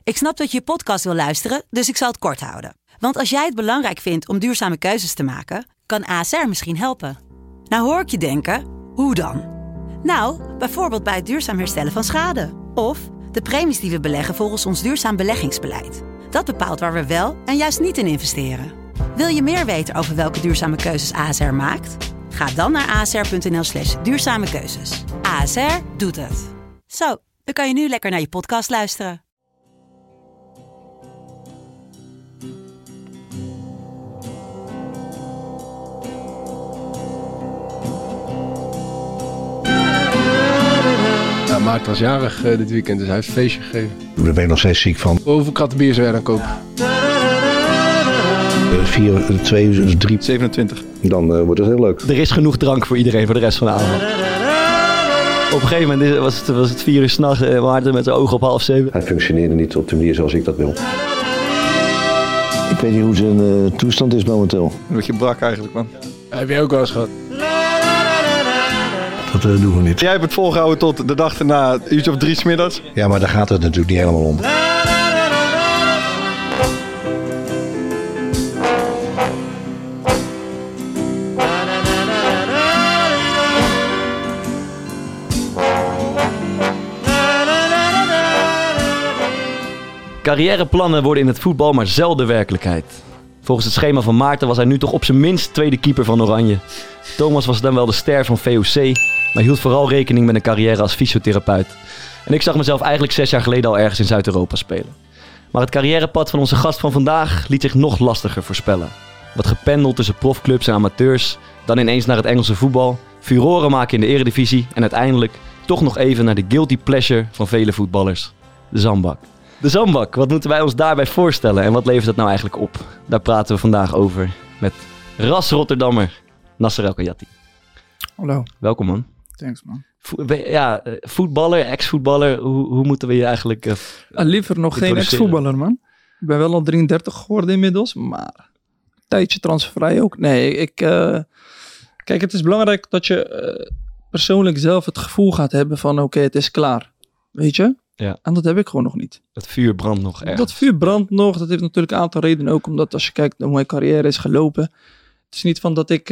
Ik snap dat je podcast wil luisteren, dus ik zal het kort houden. Want als jij het belangrijk vindt om duurzame keuzes te maken, kan ASR misschien helpen. Nou hoor ik je denken, hoe dan? Nou, bijvoorbeeld bij het duurzaam herstellen van schade. Of de premies die we beleggen volgens ons duurzaam beleggingsbeleid. Dat bepaalt waar we wel en juist niet in investeren. Wil je meer weten over welke duurzame keuzes ASR maakt? Ga dan naar asr.nl/duurzame keuzes. ASR doet het. Zo, dan kan je nu lekker naar je podcast luisteren. Ja, Maarten was jarig dit weekend, dus hij heeft een feestje gegeven. Daar ben ik nog steeds ziek van. Hoeveel kratten bier zou jij dan kopen? 4, 2, 3. 27. Dan wordt het heel leuk. Er is genoeg drank voor iedereen voor de rest van de avond. Op een gegeven moment was het 4 uur 's nachts. Maarten met zijn ogen op 6:30. Hij functioneerde niet op de manier zoals ik dat wil. Ik weet niet hoe zijn toestand is momenteel. Dan word je brak eigenlijk, man. Heb jij ook wel eens gehad? Dat doen we niet. Jij hebt het volgehouden tot de dag erna, uurtje of 3 's middags. Ja, maar daar gaat het natuurlijk niet helemaal om. Carrièreplannen worden in het voetbal maar zelden werkelijkheid. Volgens het schema van Maarten was hij nu toch op zijn minst tweede keeper van Oranje. Thomas was dan wel de ster van VOC, maar hield vooral rekening met een carrière als fysiotherapeut. En ik zag mezelf eigenlijk 6 jaar geleden al ergens in Zuid-Europa spelen. Maar het carrièrepad van onze gast van vandaag liet zich nog lastiger voorspellen. Wat gependeld tussen profclubs en amateurs, dan ineens naar het Engelse voetbal, furoren maken in de eredivisie en uiteindelijk toch nog even naar de guilty pleasure van vele voetballers, de zandbak. De zandbak, wat moeten wij ons daarbij voorstellen en wat levert dat nou eigenlijk op? Daar praten we vandaag over met ras Rotterdammer Nasser El Khayyati. Hallo. Welkom, man. Thanks, man. Voetballer, ex-voetballer, hoe moeten we je eigenlijk liever nog geen ex-voetballer, man. Ik ben wel al 33 geworden inmiddels, maar een tijdje transfervrij ook. Nee, kijk, het is belangrijk dat je persoonlijk zelf het gevoel gaat hebben van oké, het is klaar. Weet je? Ja. En dat heb ik gewoon nog niet. Het vuur brandt nog ergens. Dat vuur brandt nog. Dat heeft natuurlijk een aantal redenen ook. Omdat als je kijkt naar hoe mijn carrière is gelopen. Het is niet van dat ik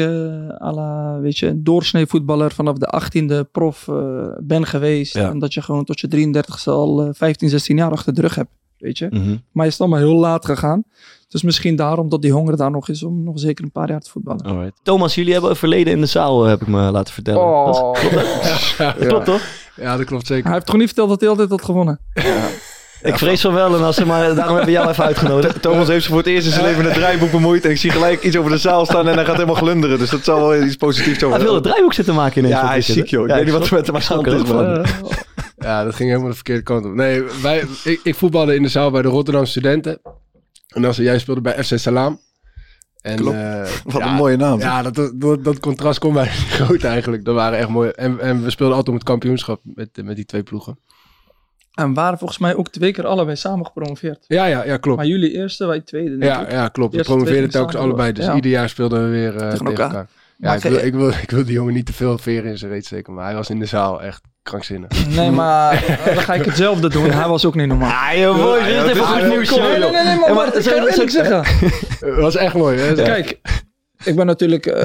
een doorsnee voetballer vanaf de 18e prof ben geweest. Ja. En dat je gewoon tot je 33ste al 15, 16 jaar achter de rug hebt. Weet je. Mm-hmm. Maar je is allemaal heel laat gegaan. Dus misschien daarom dat die honger daar nog is om nog zeker een paar jaar te voetballen. Alright. Thomas, jullie hebben een verleden in de zaal, heb ik me laten vertellen. Oh. Dat klopt toch? Ja, dat klopt zeker. Hij heeft toch niet verteld dat hij altijd had gewonnen? Ja. Ik vrees van wel, maar daarom hebben we jou even uitgenodigd. Thomas heeft zich voor het eerst in zijn leven met het draaiboek bemoeid. En ik zie gelijk iets over de zaal staan en hij gaat helemaal glunderen. Dus dat zal wel iets positiefs over. Hij wil het draaiboek zitten maken ineens. Ja, hij is ziek, joh. Ik weet niet wat er met hem aan de hand is, man. Ja, dat ging helemaal de verkeerde kant op. Nee, ik voetbalde in de zaal bij de Rotterdamse studenten. En jij speelde bij FC Salam. En, klopt. Wat een mooie naam. Ja, dat contrast kon mij niet groot eigenlijk. Dat waren echt mooi. En we speelden altijd om het kampioenschap met die 2 ploegen. En waren volgens mij ook 2 keer allebei samen gepromoveerd. Ja, klopt. Maar jullie eerste, wij tweede. Ja, klopt. We promoveerden telkens allebei. Dus ieder jaar speelden we weer tegen elkaar. Ja, ik wil die jongen niet te veel veren in zijn reet steken. Maar hij was in de zaal echt krankzinnig. Nee, maar dan ga ik hetzelfde doen. Hij was ook niet normaal. Ah, joh, mooi. Dit is even goed nieuws. Nee, maar dat kan ik eerlijk zeggen. Het was echt mooi. Hè? Kijk, ik ben natuurlijk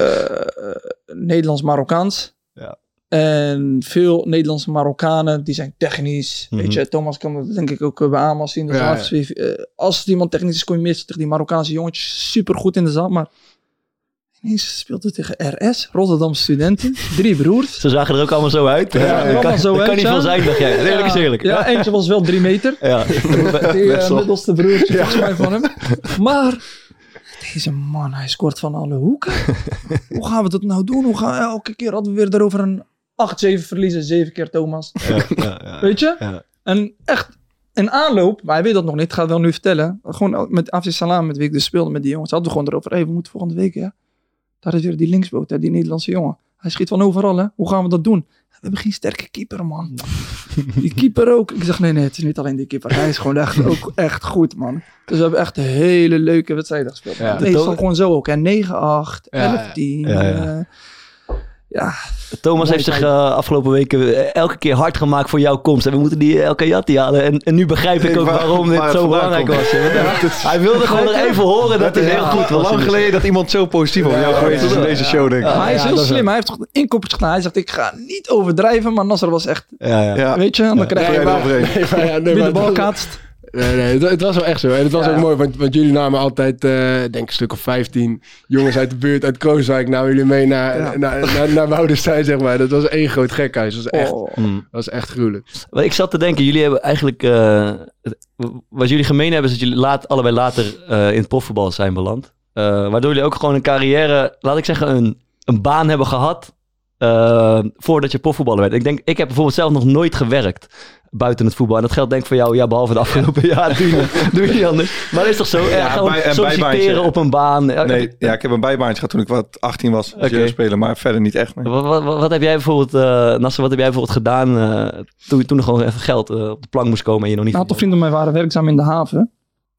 Nederlands-Marokkaans. Ja. En veel Nederlandse Marokkanen, die zijn technisch. Mm-hmm. Weet je, Thomas kan dat denk ik ook beamen als hij in de zaal is. Als iemand technisch is, kom je meestal tegen die Marokkaanse jongetjes super goed in de zaal. Maar ineens speelt het tegen RS, Rotterdamse studenten. 3 broers. Ze zagen er ook allemaal zo uit. Dat kan niet veel zijn, dacht jij. Eerlijk is eerlijk. Ja, eentje was wel 3 meter. Ja. Die middelste broertje volgens mij van hem. Maar deze man, hij scoort van alle hoeken. Hoe gaan we dat nou doen? Elke keer hadden we weer erover een 8-7 verliezen. 7 keer Thomas. Ja. Weet je? Ja. En echt een aanloop, maar hij weet dat nog niet. Ik ga het wel nu vertellen. Gewoon met AFC Salam, met wie ik dus speelde met die jongens. Hadden we gewoon erover. We moeten volgende week, ja. Daar is weer die linksboot, hè, die Nederlandse jongen. Hij schiet van overal, hè. Hoe gaan we dat doen? We hebben geen sterke keeper, man. Die keeper ook. Ik zeg, nee, het is niet alleen die keeper. Hij is gewoon ook echt goed, man. Dus we hebben echt een hele leuke wedstrijden gespeeld. Ja. Meestal gewoon zo ook, hè. 9-8, 11-10. Ja. Thomas heeft zich afgelopen weken elke keer hard gemaakt voor jouw komst. En we moeten die El Kayati halen. En nu begrijp ik ook waarom dit zo belangrijk was. Hij wilde gewoon nog even horen dat het heel goed was. Lang geleden dat iemand zo positief over jou geweest is in deze show, denk ik. Hij is heel slim. Hij heeft toch een inkoppertje gedaan. Hij zegt, ik ga niet overdrijven. Maar Nasser was echt... Weet je, dan krijg je wie de bal kaatst. Nee, het was wel echt zo. En het was ook mooi, want jullie namen altijd, denk een stuk of 15 jongens uit de buurt, uit Krooswijk, namen jullie mee naar Woudenstein, zeg maar. Dat was één groot gekhuis. Dat was echt gruwelijk. Ik zat te denken, jullie hebben eigenlijk, wat jullie gemeen hebben, is dat jullie allebei later in het profvoetbal zijn beland. Waardoor jullie ook gewoon een carrière, laat ik zeggen, een baan hebben gehad voordat je profvoetballer werd. Ik heb bijvoorbeeld zelf nog nooit gewerkt buiten het voetbal. En dat geldt denk ik voor jou, behalve de afgelopen jaar doe je niet anders. Maar dat is toch zo? Gewoon solliciteren op een baan. Nee, ik heb een bijbaantje gehad toen ik 18 was. Spelen, maar verder niet echt. Nee. Wat heb jij bijvoorbeeld, Nasser, wat heb jij bijvoorbeeld gedaan toen er gewoon even geld op de plank moest komen en je nog niet... Een aantal vrienden van mij waren werkzaam in de haven.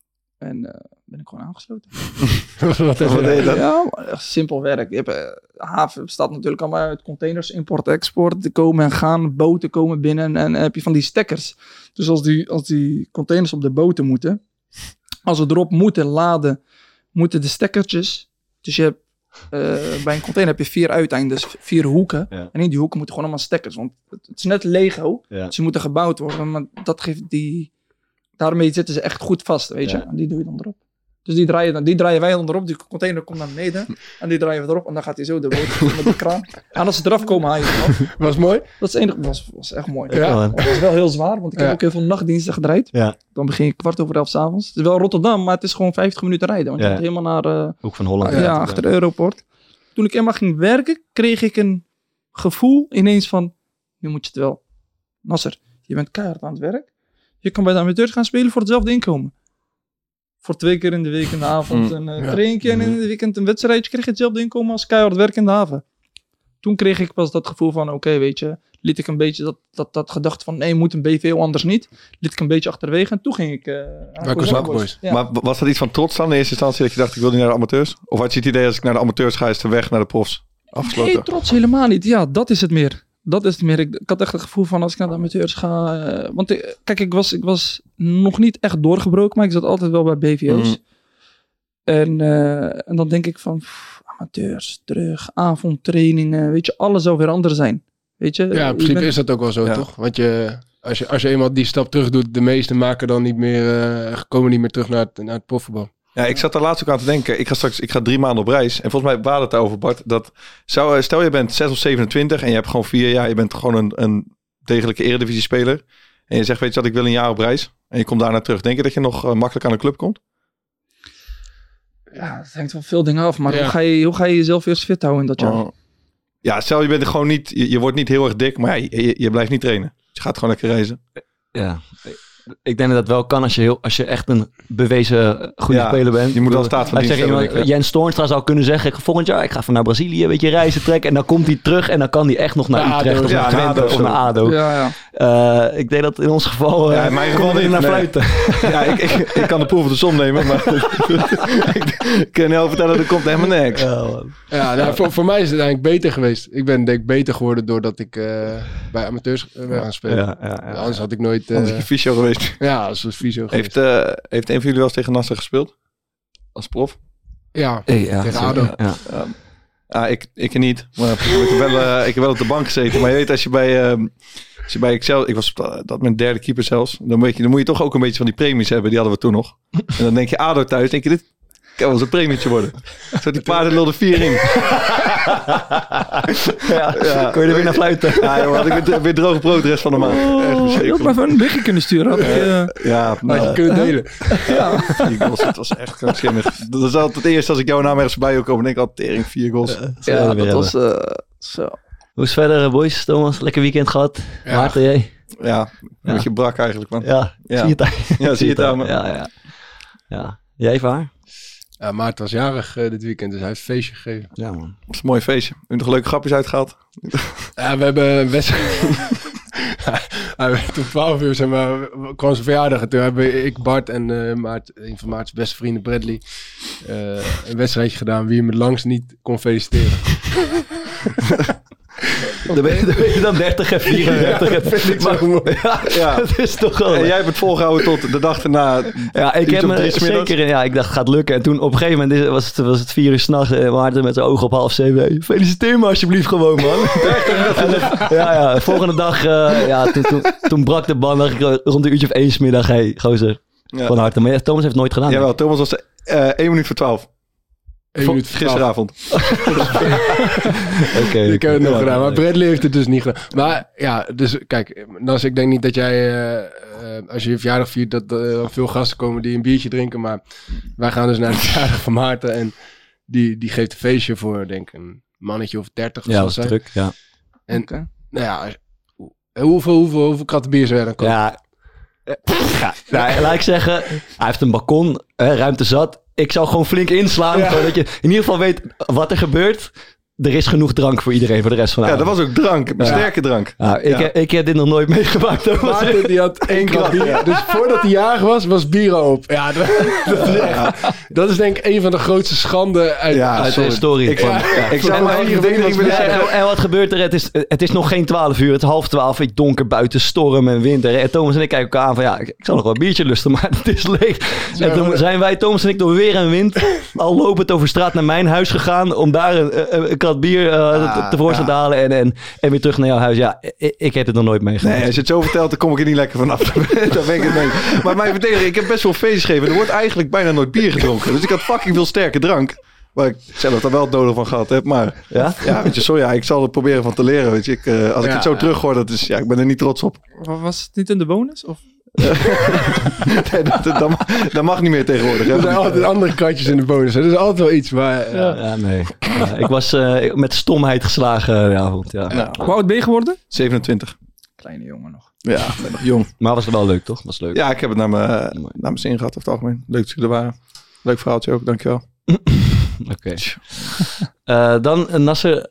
En ben ik gewoon aangesloten. Wat deed je dan? Ja, simpel werk. De haven bestaat natuurlijk allemaal uit containers, import, export. Die komen en gaan, boten komen binnen en dan heb je van die stekkers. Dus als die containers op de boten moeten, als we erop moeten laden, moeten de stekkertjes. Dus je hebt, bij een container heb je 4 uiteindes, 4 hoeken. Ja. En in die hoeken moeten gewoon allemaal stekkers. Want het is net Lego, dus ze moeten gebouwd worden. Maar dat geeft daarmee zitten ze echt goed vast, weet je. En die doe je dan erop. Dus die draaien wij dan erop. Die container komt naar beneden. En die draaien we erop. En dan gaat hij zo de boot met de kraan. En als ze eraf komen, haal je het eraf. Was mooi? Dat is het enige. Was echt mooi. Ja. Het was wel heel zwaar. Want ik heb ook heel veel nachtdiensten gedraaid. Ja. Dan begin je 11:15 s'avonds. Het is wel Rotterdam, maar het is gewoon 50 minuten rijden. Want je gaat helemaal naar... Hoek van Holland. Achter de Europort. Toen ik eenmaal ging werken, kreeg ik een gevoel ineens van... Nu moet je het wel. Nasser, je bent keihard aan het werk. Je kan bij de amateurs gaan spelen voor hetzelfde inkomen. Voor 2 keer in de week in de avond een traintje en in de weekend een wedstrijdje kreeg je hetzelfde inkomen als keihard werk in de haven. Toen kreeg ik pas dat gevoel van oké, weet je, liet ik een beetje dat gedachte van nee, moet een BVO anders niet. Liet ik een beetje achterwege en toen ging ik Maar was dat iets van trots dan in eerste instantie dat je dacht ik wil niet naar de amateurs? Of had je het idee als ik naar de amateurs ga is de weg naar de profs afgesloten? Nee, trots helemaal niet. Ja, dat is het meer. Ik had echt het gevoel van als ik naar de amateurs ga... want kijk, ik was nog niet echt doorgebroken, maar ik zat altijd wel bij BVO's. En dan denk ik van amateurs, terug, avondtrainingen, weet je, alles zou weer anders zijn. Weet je? Ja, in principe is dat ook wel zo, toch? Want als je eenmaal die stap terug doet, de meesten maken dan niet meer, komen niet meer terug naar het profvoetbal. Ja, ik zat daar laatst ook aan te denken. Ik ga 3 maanden op reis. En volgens mij waren het daarover, Bart. Stel je bent 6 of 27 en je hebt gewoon 4 jaar. Je bent gewoon een degelijke eredivisie-speler. En je zegt, weet je wat, ik wil een jaar op reis. En je komt daarna terug. Denk je dat je nog makkelijk aan een club komt? Ja, het hangt van veel dingen af. Maar hoe ga je jezelf eerst fit houden in dat jaar? Ja, stel je bent er gewoon niet... Je wordt niet heel erg dik, maar je blijft niet trainen. Je gaat gewoon lekker reizen. Ja, ik denk dat dat wel kan als je echt een bewezen goede speler bent. Je moet wel staat van dienst hebben. Jens Toornstra zou kunnen zeggen, volgend jaar ik ga van naar Brazilië, een beetje reizen trekken. En dan komt hij terug en dan kan hij echt nog naar Utrecht of naar Twente of naar ADO. Ik denk dat in ons geval... in mijn geval niet. Naar fluiten. Ja, ik kan de proef of de som nemen, maar ik kan jou vertellen, er komt helemaal niks. Voor mij is het eigenlijk beter geweest. Ik ben denk ik beter geworden doordat ik bij amateurs ben gaan spelen. Anders had ik nooit... Anders je fysio geweest. Ja, als het fysio geweest. Heeft een van jullie wel eens tegen Nasser gespeeld? Als prof? Ja, tegen ADO. Ik niet. Maar ik heb wel op de bank gezeten. Maar je weet, als je bij Excel... Ik was dat mijn 3e keeper zelfs. Dan moet je toch ook een beetje van die premies hebben. Die hadden we toen nog. En dan denk je ADO thuis. Denk je, dit kan wel eens een premietje worden. Zo die paarden lulden 4 in. Kon je er weer naar fluiten? Ja, joh, had ik weer droge brood de rest van de maand. Je had maar even een berichtje kunnen sturen. Had je kunnen delen. Het was echt krankzinnig. Dat is altijd het eerste als ik jouw naam ergens bij wil komen. Denk ik altijd tering 4 goals. Dat was zo. Hoe is het verder, boys? Thomas, lekker weekend gehad. Maarten, jij? Ja, een beetje brak eigenlijk, man. Ja. Zie je het aan? Ja, zie je het aan, man. Ja. Jij, Vaar? Ja, Maarten was jarig dit weekend, dus hij heeft een feestje gegeven. Ja, man. Dat is een mooi feestje. Heb je nog leuke grapjes uitgehaald? Ja, we hebben een wedstrijd... Toen 12 uur kwam zijn verjaardag. En toen hebben ik, Bart en een van Maartens beste vrienden, Bradley, een wedstrijdje gedaan wie hem het langst niet kon feliciteren. Dan ben je dan 30 en 34. Ja, vind ik zo mooi. Ja. Dat is toch wel... En jij hebt het volgehouden tot de dag erna. Ja, ik heb me zeker... Ja, ik dacht, het gaat lukken. En toen op een gegeven moment was het 4 uur 's nachts. Maarten met zijn ogen op 6:30. Hey, feliciteer me alsjeblieft gewoon, man. Volgende dag... toen brak de band. Dacht ik rond een uurtje of 1 's middag. Hey, gozer. Van harte. Maar Thomas heeft het nooit gedaan. Jawel, Thomas was 1 minuut voor 12. 1 minuut voor 12. Gisteravond. Ik heb het nog gedaan, maar Bradley heeft het dus niet gedaan. Maar ja, dus kijk, Nas, ik denk niet dat jij, als je je verjaardag viert, dat er veel gasten komen die een biertje drinken. Maar wij gaan dus naar de verjaardag van Maarten en die geeft een feestje voor, denk ik, een mannetje of 30. Ja, dat was druk, ja. En nou ja, hoeveel kratten bier zou jij dan komen? Laat ik zeggen, hij heeft een balkon, ruimte zat. Ik zou gewoon flink inslaan. Dat je in ieder geval weet wat er gebeurt. Er is genoeg drank voor iedereen voor de rest van de avond. Dat was ook drank. Sterke drank. Ik heb dit nog nooit meegemaakt. Maarten die had 1 krat bier. Ja. Dus voordat hij jarig was bier op. Ja, dat is denk ik een van de grootste schanden uit de historie. Ik zou nog even willen zeggen. En wat gebeurt er? Het is nog geen 12 uur. Het is 11:30. Donker buiten, storm en winter. En Thomas en ik kijken elkaar aan van ik zal nog wel een biertje lusten, maar het is leeg. En toen zijn wij, Thomas en ik, door weer en wind al lopend over straat naar mijn huis gegaan om daar een krat bier tevoorschijn te halen en weer terug naar jouw huis. Ja, ik heb het nog nooit meegemaakt. Nee, als je het zo vertelt, dan kom ik er niet lekker vanaf. Daar ben ik het mee. Maar mijn verdediger, ik heb best wel feestjes gegeven. Er wordt eigenlijk bijna nooit bier gedronken. Dus ik had fucking veel sterke drank. Waar ik zelf er wel het nodig van gehad heb. Maar ja, weet je, ik zal er proberen van te leren. Weet je. Als ik het zo terughoor, ik ben er niet trots op. Was het niet in de bonus? Of? Nee, dat mag niet meer tegenwoordig. Hè? Er zijn altijd andere kratjes in de bonus. Er is altijd wel iets. Maar, nee. Ik was met stomheid geslagen de avond. Ja. Hoe oud ben je geworden? 27. Kleine jongen nog. Ja, ik ben nog jong. Maar was het wel leuk, toch? Was leuk. Ja, ik heb het naar mijn zin gehad, over het algemeen. Leuk dat jullie er waren. Leuk verhaaltje ook, dankjewel. Oké. Dan Nasser...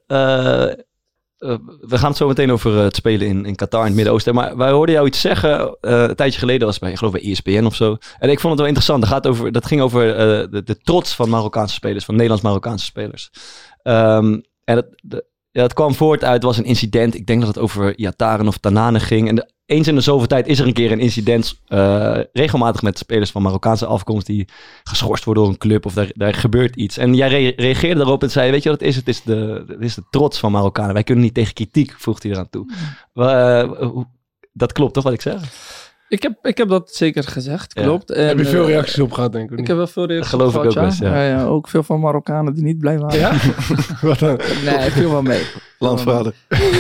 we gaan het zo meteen over het spelen in Qatar in het Midden-Oosten. Maar wij hoorden jou iets zeggen. Een tijdje geleden was bij, ik geloof bij ESPN of zo. En ik vond het wel interessant. Dat ging over de trots van Marokkaanse spelers. Van Nederlands-Marokkaanse spelers. En het kwam voort uit, was een incident. Ik denk dat het over Iataren of Tanane ging. En eens in de zoveel tijd is er een keer een incident. Regelmatig met spelers van Marokkaanse afkomst die geschorst worden door een club. Of daar gebeurt iets. En jij reageerde daarop en zei, weet je wat het is? Het is de trots van Marokkanen. Wij kunnen niet tegen kritiek, voegde hij eraan toe. Dat klopt toch wat ik zeg? Ik heb dat zeker gezegd, klopt. Ja. En, heb je veel reacties op gehad, denk ik? Ik heb wel veel reacties geloof op gehad, ik ook best, ja. Ook veel van Marokkanen die niet blij waren. Ja? Wat dan? Nee, viel wel mee. Landvader.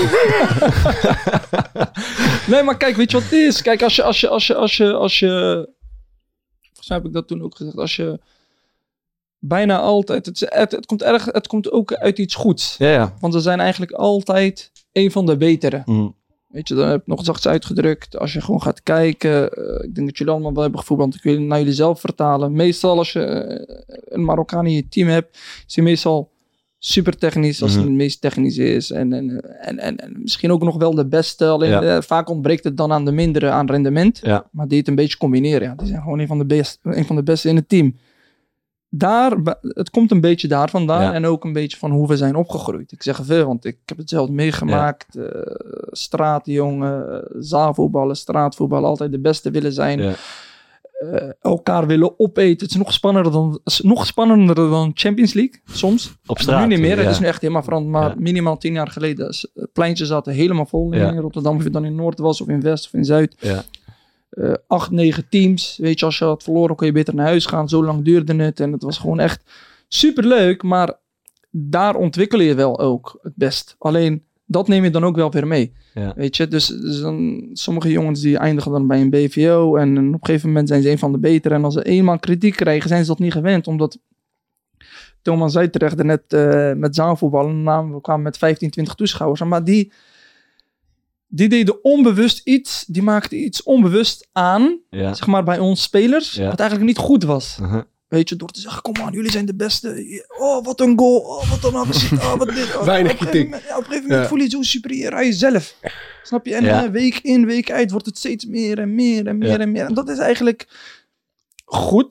Nee, maar kijk, weet je wat het is? Kijk, als je volgens mij heb ik dat toen ook gezegd. Als je bijna altijd... Het komt ook uit iets goeds. Ja. Want we zijn eigenlijk altijd een van de betere. Mm. Weet je, dan heb ik nog zachts uitgedrukt. Als je gewoon gaat kijken. Ik denk dat jullie allemaal wel hebben gevoetbald. Ik wil naar jullie zelf vertalen. Meestal als je een Marokkaan in je team hebt. Is hij meestal super technisch. Als hij het meest technisch is. En misschien ook nog wel de beste. Alleen vaak ontbreekt het dan aan de mindere aan rendement. Ja. Maar die het een beetje combineren. Ja. Die zijn gewoon een van de beste in het team. Het komt een beetje daar vandaan. Ja. En ook een beetje van hoe we zijn opgegroeid. Ik zeg veel, want ik heb het zelf meegemaakt. Ja. Straatjongen, zaalvoetballen, straatvoetballen. Altijd de beste willen zijn. Ja. Elkaar willen opeten. Het is nog spannender dan Champions League, soms. Op straat. Nu niet meer, het is nu echt helemaal veranderd. Maar minimaal 10 jaar geleden. Pleintjes zaten helemaal vol in Rotterdam. Of je dan in Noord was, of in West, of in Zuid. Ja. 8, 9 teams. Weet je, als je had verloren kon je beter naar huis gaan. Zo lang duurde het. En het was gewoon echt super leuk. Maar daar ontwikkel je wel ook het best. Alleen dat neem je dan ook wel weer mee. Ja. Weet je, dus dan, sommige jongens die eindigen dan bij een BVO. En op een gegeven moment zijn ze een van de betere. En als ze eenmaal kritiek krijgen, zijn ze dat niet gewend. Omdat Thomas zei terecht net met zaalvoetballen. We kwamen met 15, 20 toeschouwers. Maar die deden onbewust iets. Die maakten iets onbewust aan. Ja. Zeg maar bij ons spelers. Ja. Wat eigenlijk niet goed was. Uh-huh. Weet je, door te zeggen, kom aan, jullie zijn de beste. Oh, wat een goal. Oh, wat een actie. Oh, wat dit. Oh, weinig kritiek. Op een gegeven moment voel je je zo superieur aan jezelf. Snap je? En week in, week uit wordt het steeds meer en meer en meer en meer. En dat is eigenlijk goed.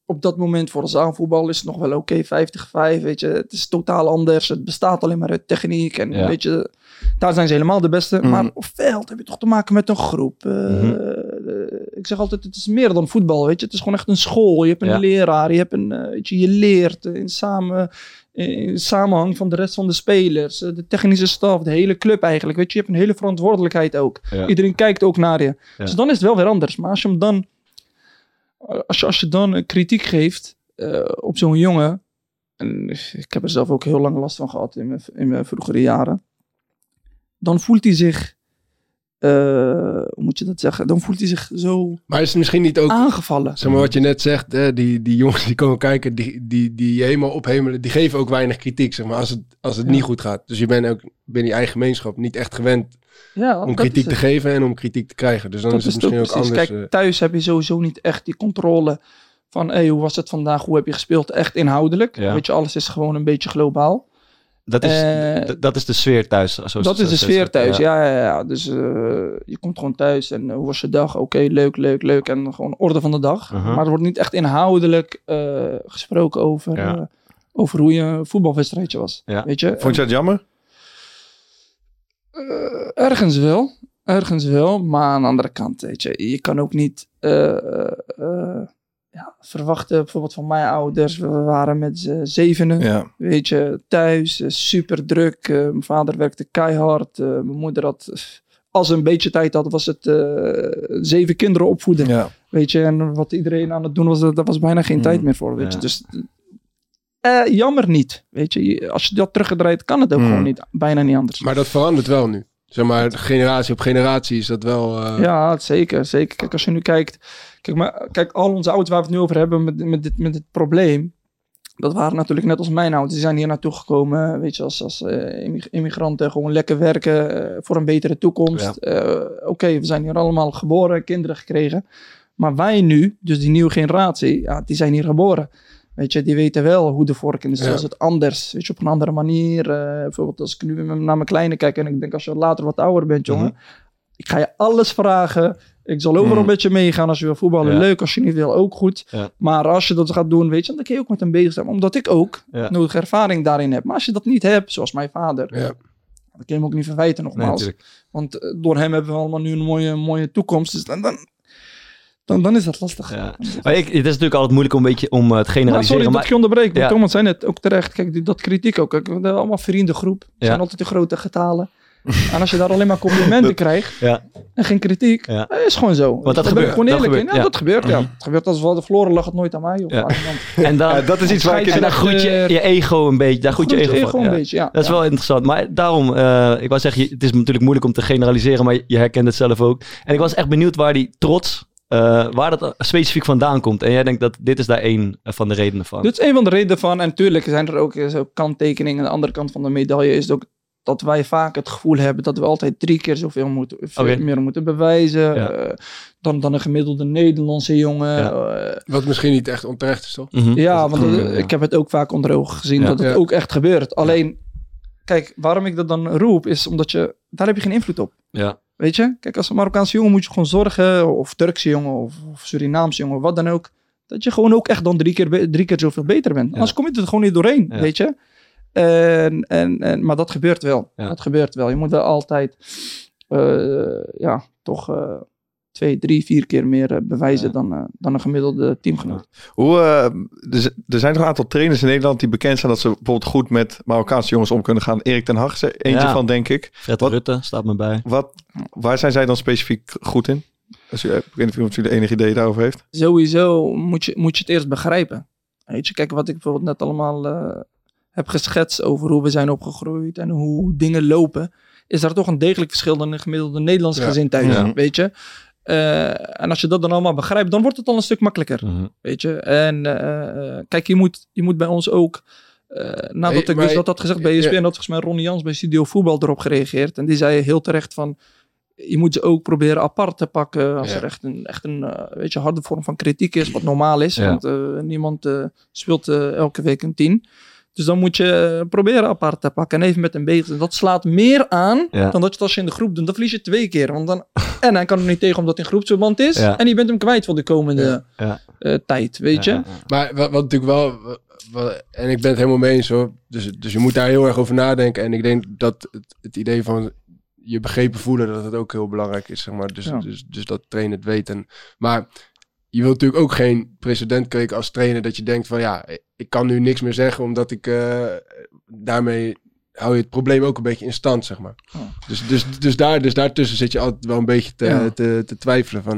op dat moment voor zaalvoetbal is het nog wel oké, 50-5, weet je. Het is totaal anders. Het bestaat alleen maar uit techniek. En weet je, daar zijn ze helemaal de beste. Maar op veld heb je toch te maken met een groep. Ik zeg altijd, het is meer dan voetbal, weet je. Het is gewoon echt een school. Je hebt een leraar. Je hebt weet je leert in samenhang van de rest van de spelers. De technische staf, de hele club eigenlijk. Weet je hebt een hele verantwoordelijkheid ook. Ja. Iedereen kijkt ook naar je. Ja. Dus dan is het wel weer anders. Maar als je hem dan... Als je dan kritiek geeft op zo'n jongen... En ik heb er zelf ook heel lang last van gehad in mijn vroegere jaren. Dan voelt hij zich... hoe moet je dat zeggen? Dan voelt hij zich zo... Maar is het misschien niet ook... aangevallen. Zeg maar wat je net zegt, die jongens die komen kijken... die helemaal ophemelen, die geven ook weinig kritiek, zeg maar, als het niet goed gaat. Dus je bent ook binnen je eigen gemeenschap niet echt gewend... om kritiek te geven en om kritiek te krijgen. Dus dan dat is het misschien ook anders. Kijk, thuis heb je sowieso niet echt die controle van... hoe was het vandaag? Hoe heb je gespeeld? Echt inhoudelijk. Ja. Weet je, alles is gewoon een beetje globaal. Dat is de sfeer thuis. Dat is de sfeer thuis, ja. Dus je komt gewoon thuis en hoe was je dag? Oké, leuk. En gewoon orde van de dag. Maar er wordt niet echt inhoudelijk gesproken over hoe je voetbalwedstrijdje was. Ja. Weet je? Vond je dat jammer? Ergens wel, maar aan de andere kant, weet je kan ook niet verwachten, bijvoorbeeld van mijn ouders, we waren met z'n 7, weet je, thuis, super druk, mijn vader werkte keihard, mijn moeder had, als ze een beetje tijd had, was het 7 kinderen opvoeden, weet je, en wat iedereen aan het doen was, daar was bijna geen tijd meer voor, weet je, dus... jammer niet, weet je. Als je dat teruggedraaid, kan het ook gewoon niet. Bijna niet anders. Maar dat verandert wel nu. Zeg maar, generatie op generatie is dat wel... Ja, zeker. Kijk, als je nu kijkt... Kijk, al onze ouders waar we het nu over hebben met dit probleem... Dat waren natuurlijk net als mijn ouders. Die zijn hier naartoe gekomen, weet je, als immigranten. Gewoon lekker werken voor een betere toekomst. Oké, we zijn hier allemaal geboren, kinderen gekregen. Maar wij nu, dus die nieuwe generatie, die zijn hier geboren. Weet je, die weten wel hoe de vork in de steel zit anders. Weet je, op een andere manier. Bijvoorbeeld als ik nu naar mijn kleine kijk en ik denk als je later wat ouder bent, jongen. Ik ga je alles vragen. Ik zal overal met je meegaan als je wil voetballen. Leuk, als je niet wil, ook goed. Ja. Maar als je dat gaat doen, weet je, dan kun je ook met hem bezig zijn. Omdat ik ook nodige ervaring daarin heb. Maar als je dat niet hebt, zoals mijn vader... dan kun je hem ook niet verwijten nogmaals. Nee, want door hem hebben we allemaal nu een mooie toekomst. Dus dan is dat lastig. Ja. Maar het is natuurlijk altijd moeilijk om een beetje om het generaliseren. Sorry dat ik je onderbreek. Maar Thomas zei net ook terecht. Kijk, dat kritiek ook. Kijk, we hebben allemaal vriendengroep. Het zijn altijd de grote getalen. En als je daar alleen maar complimenten krijgt en geen kritiek, is gewoon zo. Want dat gebeurt. Gewoon eerlijk in. Dat gebeurt, Het gebeurt als we hadden verloren, lag het nooit aan mij. Of aan en dan, dat is iets waar ik... En dan groeit je ego een beetje. Daar groeit je ego van. Een beetje, dat is wel interessant. Maar daarom, ik wou zeggen, het is natuurlijk moeilijk om te generaliseren, maar je herkent het zelf ook. En ik was echt benieuwd waar die trots... waar dat specifiek vandaan komt. En jij denkt dat dit is daar één van de redenen van. Dit is één van de redenen van. En natuurlijk zijn er ook kanttekeningen. Aan de andere kant van de medaille is het ook dat wij vaak het gevoel hebben dat we altijd 3 keer zoveel meer moeten bewijzen. Dan een gemiddelde Nederlandse jongen. Wat misschien niet echt onterecht is, toch? Ja, want ik heb het ook vaak onder ogen gezien dat het ook echt gebeurt. Alleen, kijk, waarom ik dat dan roep is omdat daar heb je geen invloed op. Ja. Weet je? Kijk, als een Marokkaanse jongen moet je gewoon zorgen, of Turkse jongen, of Surinaamse jongen, wat dan ook, dat je gewoon ook echt dan 3 keer zoveel beter bent. Anders kom je er gewoon niet doorheen, weet je? Maar dat gebeurt wel. Dat gebeurt wel. Je moet wel altijd toch 2, 3, 4 keer meer bewijzen dan een gemiddelde teamgenoot. Er zijn toch een aantal trainers in Nederland die bekend zijn dat ze bijvoorbeeld goed met Marokkaanse jongens om kunnen gaan. Erik ten Hag is er eentje van, denk ik. Fred Rutte staat me bij. Waar zijn zij dan specifiek goed in? Ik weet niet of iemand enig idee daarover heeft. Sowieso moet je het eerst begrijpen. Weet je, kijk wat ik bijvoorbeeld net allemaal heb geschetst over hoe we zijn opgegroeid en hoe dingen lopen. Is daar toch een degelijk verschil dan een gemiddelde Nederlandse gezin thuis, weet je? En als je dat dan allemaal begrijpt, dan wordt het al een stuk makkelijker, weet je. En kijk, je moet bij ons ook, nadat ik dus dat had gezegd bij ESPN, dat volgens mij Ronnie Jans bij Studio Voetbal erop gereageerd. En die zei heel terecht van, je moet ze ook proberen apart te pakken als er echt een weet je, harde vorm van kritiek is, wat normaal is. Want niemand speelt elke week een 10. Dus dan moet je proberen apart te pakken en even met hem bezig zijn. Dat slaat meer aan dan dat je het als je in de groep doet. Dan verlies je 2 keer. Want dan, en hij kan er niet tegen omdat hij in groepsverband is. Ja. En je bent hem kwijt voor de komende tijd, weet je. Ja. Maar wat natuurlijk wel... En ik ben het helemaal mee eens hoor. Dus je moet daar heel erg over nadenken. En ik denk dat het idee van je begrepen voelen, dat het ook heel belangrijk is, zeg maar. Dus dat trainer het weet. Maar je wilt natuurlijk ook geen precedent kweken als trainer dat je denkt van ja, ik kan nu niks meer zeggen omdat ik daarmee hou je het probleem ook een beetje in stand, zeg maar. Dus daartussen zit je altijd wel een beetje te twijfelen van...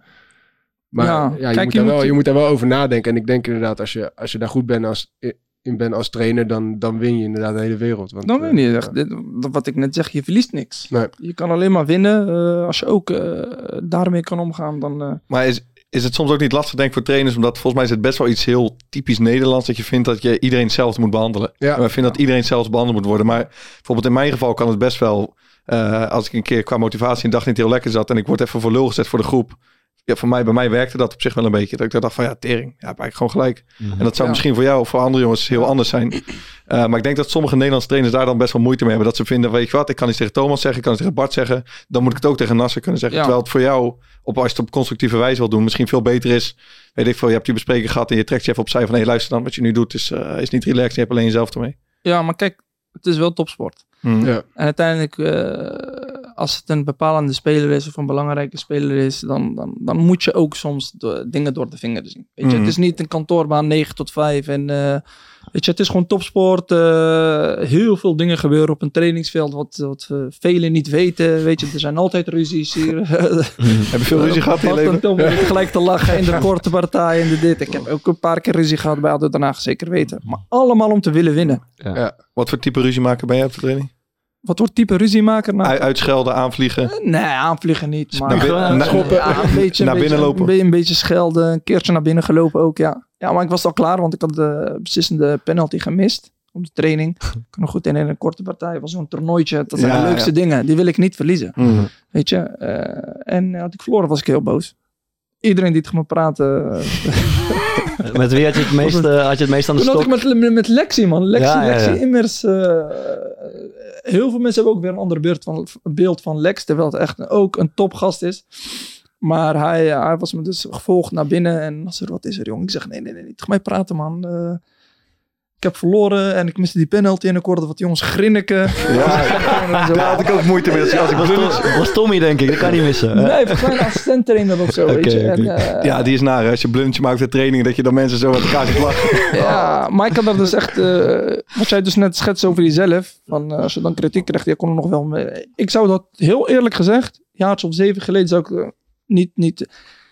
Maar kijk, je moet daar wel over nadenken. En ik denk inderdaad, als je daar goed bent als trainer, dan win je inderdaad de hele wereld. Want, dan win je. Wat ik net zeg, je verliest niks. Nee. Je kan alleen maar winnen. Als je ook daarmee kan omgaan, dan... Maar is het soms ook niet lastig, denk ik, voor trainers? Omdat volgens mij is het best wel iets heel typisch Nederlands, dat je vindt dat je iedereen zelf moet behandelen. Ja. En we vinden dat iedereen zelfs behandeld moet worden. Maar bijvoorbeeld in mijn geval kan het best wel... als ik een keer qua motivatie een dag niet heel lekker zat en ik word even voor lul gezet voor de groep... Ja, bij mij werkte dat op zich wel een beetje. Dat ik dacht van tering, heb ik gewoon gelijk. Mm-hmm. En dat zou misschien voor jou of voor andere jongens heel anders zijn. Maar ik denk dat sommige Nederlandse trainers daar dan best wel moeite mee hebben. Dat ze vinden, weet je wat, ik kan iets tegen Thomas zeggen, ik kan iets tegen Bart zeggen. Dan moet ik het ook tegen Nasser kunnen zeggen. Ja. Terwijl het voor jou, als je het op constructieve wijze wil doen, misschien veel beter is. Weet ik veel, je hebt die bespreking gehad en je trekt je even opzij van, luister dan, wat je nu doet is niet relaxed. Je hebt alleen jezelf ermee. Ja, maar kijk, het is wel topsport. Mm. Ja. En uiteindelijk, als het een bepalende speler is of een belangrijke speler is, dan moet je ook soms dingen door de vingeren zien. Weet je? Het is niet een kantoorbaan 9 tot 5 en weet je, het is gewoon topsport. Heel veel dingen gebeuren op een trainingsveld wat velen niet weten. Weet je, er zijn altijd ruzies hier. Heb je veel ruzie gehad in je leven? Om gelijk te lachen in de korte partij en de dit. Ik heb ook een paar keer ruzie gehad bij ADO Den Haag, zeker weten. Maar allemaal om te willen winnen. Ja. Wat voor type ruziemaker ben jij op de training? Wat wordt type ruziemaker? Nou, uitschelden, aanvliegen? Nee, aanvliegen niet. Maar schoppen, naar binnen lopen? Een beetje schelden, een keertje naar binnen gelopen ook, ja. Ja, maar ik was al klaar, want ik had de beslissende penalty gemist op de training. Ik kan nog goed in een korte partij, was zo'n toernooitje. Dat zijn de leukste dingen, die wil ik niet verliezen. Mm. Weet je, en had ik verloren, was ik heel boos. Iedereen die tegen me praatte... Met wie had je het meest aan de stok? Toen had ik met Lexi, man. Lexi immers... heel veel mensen hebben ook weer een ander beeld van Lex, terwijl het echt ook een topgast is. Maar hij was me dus gevolgd naar binnen en was er, wat is er, jong? Ik zeg, nee, niet tegen mij praten, man. Ik heb verloren en ik miste die penalty en ik hoorde wat jongens grinniken. Ja, daar had ik ook moeite mee. Was Tommy, denk ik. Dat kan niet missen. Nee, een kleine assistent-trainer of zo, weet je. En, ja, die is naar. Als je blundje maakt de training, dat je dan mensen zo uit elkaar ziet lachen. Ja, maar ik had dat dus echt... wat jij dus net schetst over jezelf. Van, als je dan kritiek krijgt, je kon er nog wel mee. Ik zou dat heel eerlijk gezegd, een jaartje of 7 geleden, zou ik niet...